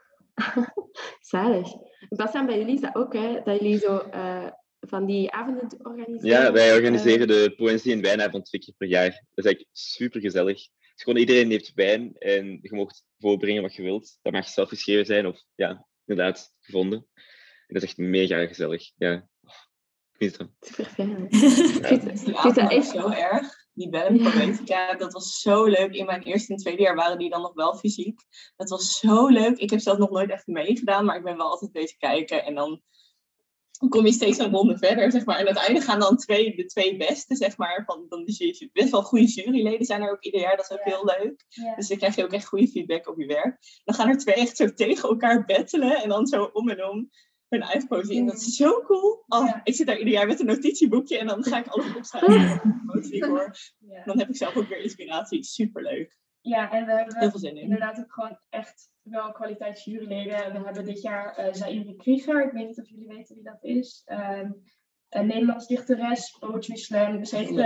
Speaker 2: Zalig. Bastiaan, bij jullie is dat ook, hè? Dat jullie zo van die avonden organiseren?
Speaker 7: Ja, wij organiseren de Poëzie- en Wijnavond 2 keer per jaar. Dat is eigenlijk super gezellig. Dus gewoon iedereen heeft wijn en je mag voorbrengen wat je wilt. Dat mag zelf geschreven zijn of inderdaad gevonden. En dat is echt mega gezellig. Ja. Ik vind het
Speaker 2: super fijn.
Speaker 10: Ik vind dat echt zo erg. Die Bellum Poëtica, dat was zo leuk. In mijn eerste en tweede jaar waren die dan nog wel fysiek. Dat was zo leuk. Ik heb zelf nog nooit echt meegedaan, maar ik ben wel altijd bezig kijken. En dan kom je steeds een ronde verder, zeg maar. En uiteindelijk gaan dan de twee beste, zeg maar, van de jury. Best wel goede juryleden zijn er ook ieder jaar. Dat is ook heel leuk. Ja. Dus dan krijg je ook echt goede feedback op je werk. Dan gaan er 2 echt zo tegen elkaar battelen. En dan zo om en om hun eigen poëzie. En dat is zo cool. Ik zit daar ieder jaar met een notitieboekje. En dan ga ik altijd opschrijven. Dan heb ik zelf ook weer inspiratie. Superleuk.
Speaker 9: Ja, en we hebben
Speaker 10: heel veel zin in.
Speaker 9: Inderdaad ook gewoon echt wel kwaliteitsjuryleden. We hebben dit jaar Zaire Krieger. Ik weet niet of jullie weten wie dat is. Een Nederlands dichteres, Poetry Slam. Dus heeft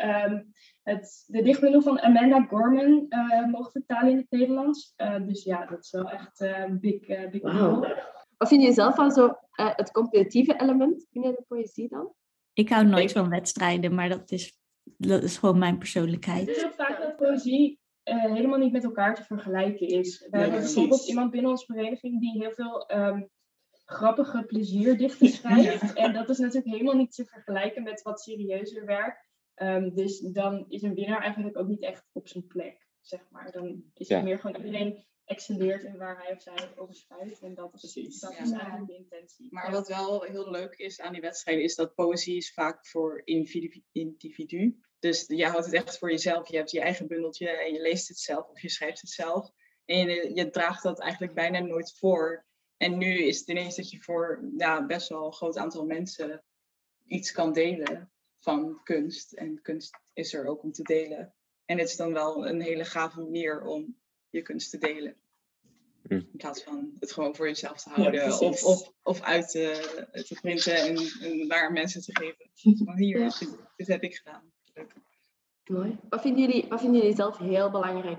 Speaker 9: de dichtbundel van Amanda Gorman mogen vertalen in het Nederlands. Dus ja, dat is wel echt big deal.
Speaker 2: Wat vind je zelf van zo het competitieve element binnen de poëzie dan?
Speaker 12: Ik hou nooit van wedstrijden, maar dat is gewoon mijn persoonlijkheid.
Speaker 9: Het is heel vaak dat poëzie helemaal niet met elkaar te vergelijken is. We hebben bijvoorbeeld iemand binnen onze vereniging die heel veel grappige plezierdichten schrijft. En dat is natuurlijk helemaal niet te vergelijken met wat serieuzer werk. Dus dan is een winnaar eigenlijk ook niet echt op zijn plek, zeg maar. Dan is het meer gewoon iedereen excelleert in waar hij of zij over schrijft. En dat is eigenlijk de intentie.
Speaker 11: Maar wat wel heel leuk is aan die wedstrijden, is dat poëzie is vaak voor individu. Dus je houdt het echt voor jezelf. Je hebt je eigen bundeltje en je leest het zelf of je schrijft het zelf. En je draagt dat eigenlijk bijna nooit voor. En nu is het ineens dat je voor best wel een groot aantal mensen iets kan delen van kunst. En kunst is er ook om te delen. En het is dan wel een hele gave manier om je kunst te delen. In plaats van het gewoon voor jezelf te houden of uit te printen en naar mensen te geven. Maar hier, dit heb ik gedaan. Leuk.
Speaker 2: Mooi. Wat vinden jullie zelf heel belangrijk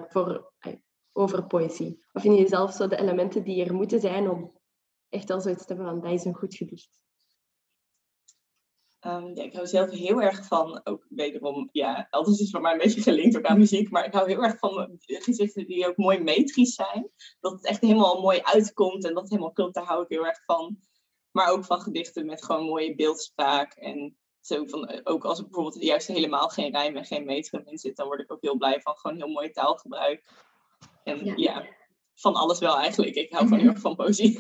Speaker 2: over poëzie? Wat vinden jullie zelf zo de elementen die er moeten zijn om echt al zoiets te hebben van dat is een goed gedicht?
Speaker 10: Ik hou zelf heel erg van, ook wederom, altijd is het voor mij een beetje gelinkt ook aan muziek, maar ik hou heel erg van gezichten die ook mooi metrisch zijn. Dat het echt helemaal mooi uitkomt en dat het helemaal klopt, daar hou ik heel erg van. Maar ook van gedichten met gewoon mooie beeldspraak. En zo van, ook als er bijvoorbeeld juist helemaal geen rijm en geen metrum in zit, dan word ik ook heel blij van gewoon heel mooi taalgebruik. En van alles wel eigenlijk. Ik hou gewoon heel erg van poëzie.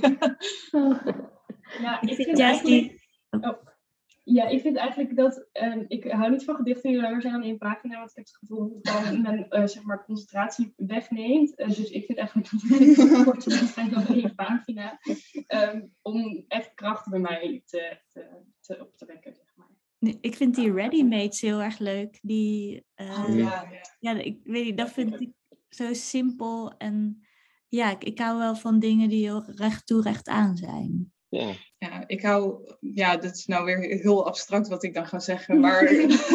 Speaker 9: Ik vind eigenlijk dat... ik hou niet van gedichten die langer zijn dan 1 pagina. Want ik heb het gevoel dat dan mijn concentratie wegneemt. Dus ik vind eigenlijk dat het korter zijn dan 1 pagina. Om echt kracht bij mij op te wekken, zeg maar.
Speaker 12: Ik vind die ready-mates heel erg leuk. Die, ik weet niet, dat vind ik zo simpel. En ik hou wel van dingen die heel recht toe, recht aan zijn.
Speaker 11: Ja, ik hou... Ja, dat is nou weer heel abstract wat ik dan ga zeggen. Maar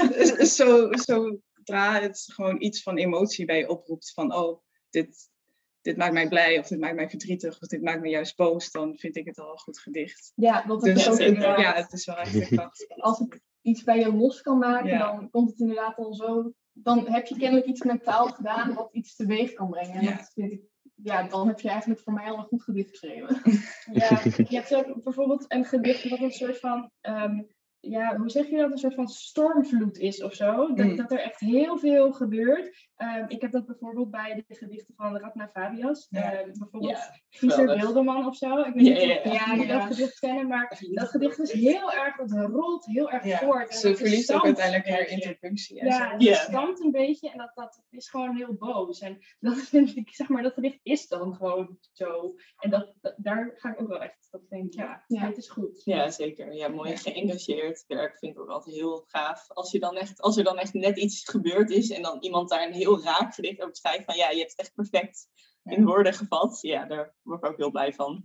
Speaker 11: zodra het gewoon iets van emotie bij je oproept. Van, dit maakt mij blij of dit maakt mij verdrietig. Of dit maakt me juist boos. Dan vind ik het al een goed gedicht.
Speaker 9: Ja, dat is
Speaker 11: dus
Speaker 9: ook inderdaad.
Speaker 11: het is wel echt kracht.
Speaker 9: Als het iets bij je los kan maken, dan komt het inderdaad al zo... Dan heb je kennelijk iets met taal gedaan wat iets teweeg kan brengen. En dat vind ik... dan heb je eigenlijk voor mij al een goed gedicht geschreven. Je hebt ook bijvoorbeeld een gedicht wat een soort van hoe zeg je dat, een soort van stormvloed is of zo. Dat er echt heel veel gebeurt. Ik heb dat bijvoorbeeld bij de gedichten van Radna Fabias. Bijvoorbeeld Giezer Wilderman of zo. Ik weet niet of jullie dat gedicht kennen, maar dat gedicht is heel erg, dat rolt heel erg voort.
Speaker 11: Ze verliest ook uiteindelijk haar interpunctie.
Speaker 9: Het stampt een beetje en dat is gewoon heel boos. En dat vind ik, zeg maar, dat gedicht is dan gewoon zo. En daar ga ik ook wel echt, dat denk ik, dit is goed.
Speaker 10: Ja, zeker. Ja, mooi geëngageerd werk vind ik ook altijd heel gaaf. Als er dan echt net iets gebeurd is en dan iemand daar een heel raak gedicht over schrijft van je hebt het echt perfect in woorden gevat. Ja, daar word ik ook heel blij van.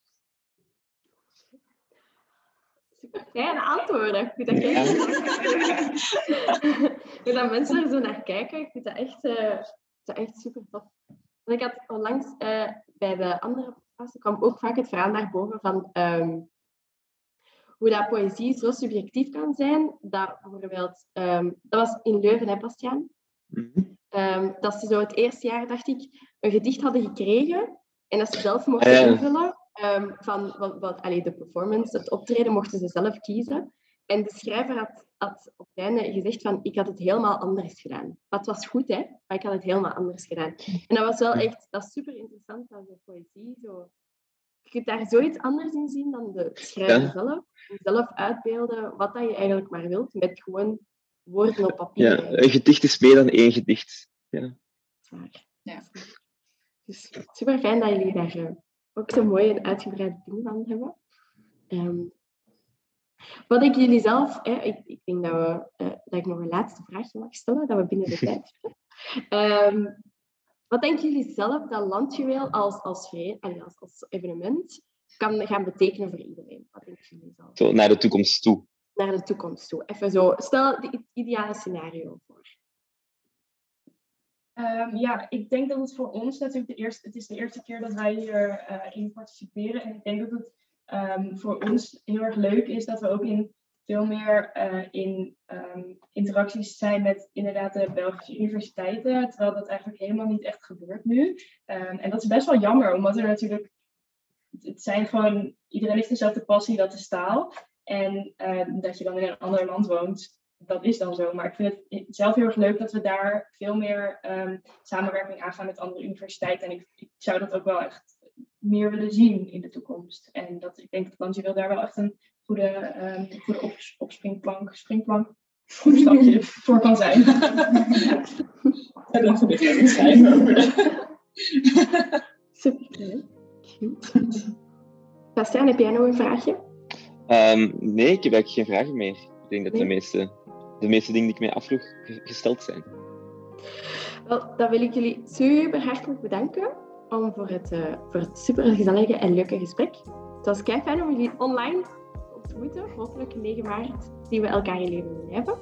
Speaker 2: Super fijne antwoorden. Ik vind dat dat mensen er zo naar kijken, ik vind dat echt super tof. Want ik had onlangs bij de andere podcast kwam ook vaak het verhaal naar boven van hoe dat poëzie zo subjectief kan zijn. Dat bijvoorbeeld, dat was in Leuven, hè, Bastiaan? Dat ze zo het eerste jaar, dacht ik, een gedicht hadden gekregen en dat ze zelf mochten invullen. Van de performance, het optreden, mochten ze zelf kiezen. En de schrijver had op het einde gezegd van, ik had het helemaal anders gedaan. Maar het was goed, hè? Maar ik had het helemaal anders gedaan. En dat was wel echt, dat is super interessant, dat de poëzie zo... Je kunt daar zoiets anders in zien dan de schrijver zelf. Zelf uitbeelden wat dat je eigenlijk maar wilt, met gewoon woorden op papier.
Speaker 7: Ja, een gedicht is meer dan één gedicht. Ja.
Speaker 2: Zwaar. Ja. Dus super fijn dat jullie daar ook zo mooi en uitgebreid ding van hebben. Wat ik jullie zelf... ik denk dat ik nog een laatste vraagje mag stellen, dat we binnen de tijd zitten. Wat denken jullie zelf dat Landjuweel als evenement kan gaan betekenen voor iedereen? Wat denken jullie zelf?
Speaker 7: Zo, naar de toekomst toe.
Speaker 2: Naar de toekomst toe. Even zo, stel het ideale scenario voor.
Speaker 9: Ik denk dat het voor ons natuurlijk het is de eerste keer dat wij hierin participeren. En ik denk dat het voor ons heel erg leuk is dat we ook veel meer in interacties zijn met inderdaad de Belgische universiteiten, terwijl dat eigenlijk helemaal niet echt gebeurt nu. En dat is best wel jammer, omdat er natuurlijk, het zijn gewoon, iedereen heeft dezelfde passie, dat is taal. En dat je dan in een ander land woont, dat is dan zo. Maar ik vind het zelf heel erg leuk dat we daar veel meer samenwerking aangaan met andere universiteiten. En ik zou dat ook wel echt meer willen zien in de toekomst. En ik denk dat Landjuweel daar wel echt een goede opstapje voor kan zijn.
Speaker 10: En dat we dit schrijven over
Speaker 2: Super. Bastiaan, heb jij nog een vraagje?
Speaker 7: Nee, ik heb eigenlijk geen vragen meer. Ik denk dat de meeste dingen die ik mij afvroeg gesteld zijn.
Speaker 2: Wel, dan wil ik jullie super hartelijk bedanken voor het super gezellige en leuke gesprek. Het was kei fijn om jullie online op te ontmoeten. Hopelijk 9 maart zien we elkaar in leven blijven.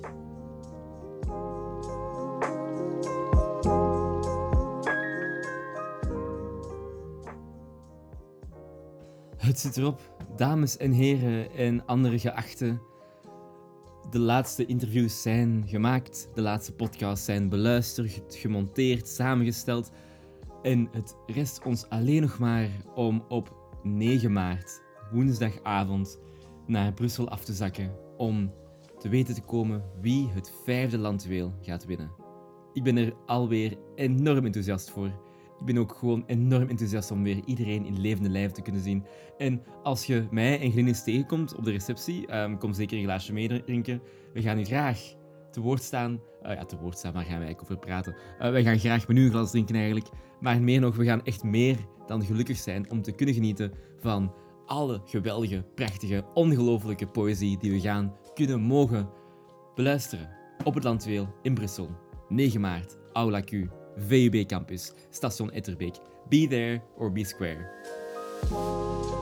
Speaker 1: Het zit erop, dames en heren en andere geachten. De laatste interviews zijn gemaakt, de laatste podcasts zijn beluisterd, gemonteerd, samengesteld. En het rest ons alleen nog maar om op 9 maart, woensdagavond, naar Brussel af te zakken om te weten te komen wie het 5e Landjuweel gaat winnen. Ik ben er alweer enorm enthousiast voor. Ik ben ook gewoon enorm enthousiast om weer iedereen in levende lijven te kunnen zien. En als je mij en Glynis tegenkomt op de receptie, kom zeker een glaasje meedrinken. We gaan u graag te woord staan. Waar gaan wij eigenlijk over praten? Wij gaan graag met u een glas drinken eigenlijk. Maar meer nog, we gaan echt meer dan gelukkig zijn om te kunnen genieten van alle geweldige, prachtige, ongelofelijke poëzie die we gaan mogen beluisteren op het Landjuweel in Brussel. 9 maart, Aula Q, VUB Campus, Station Etterbeek. Be there or be square.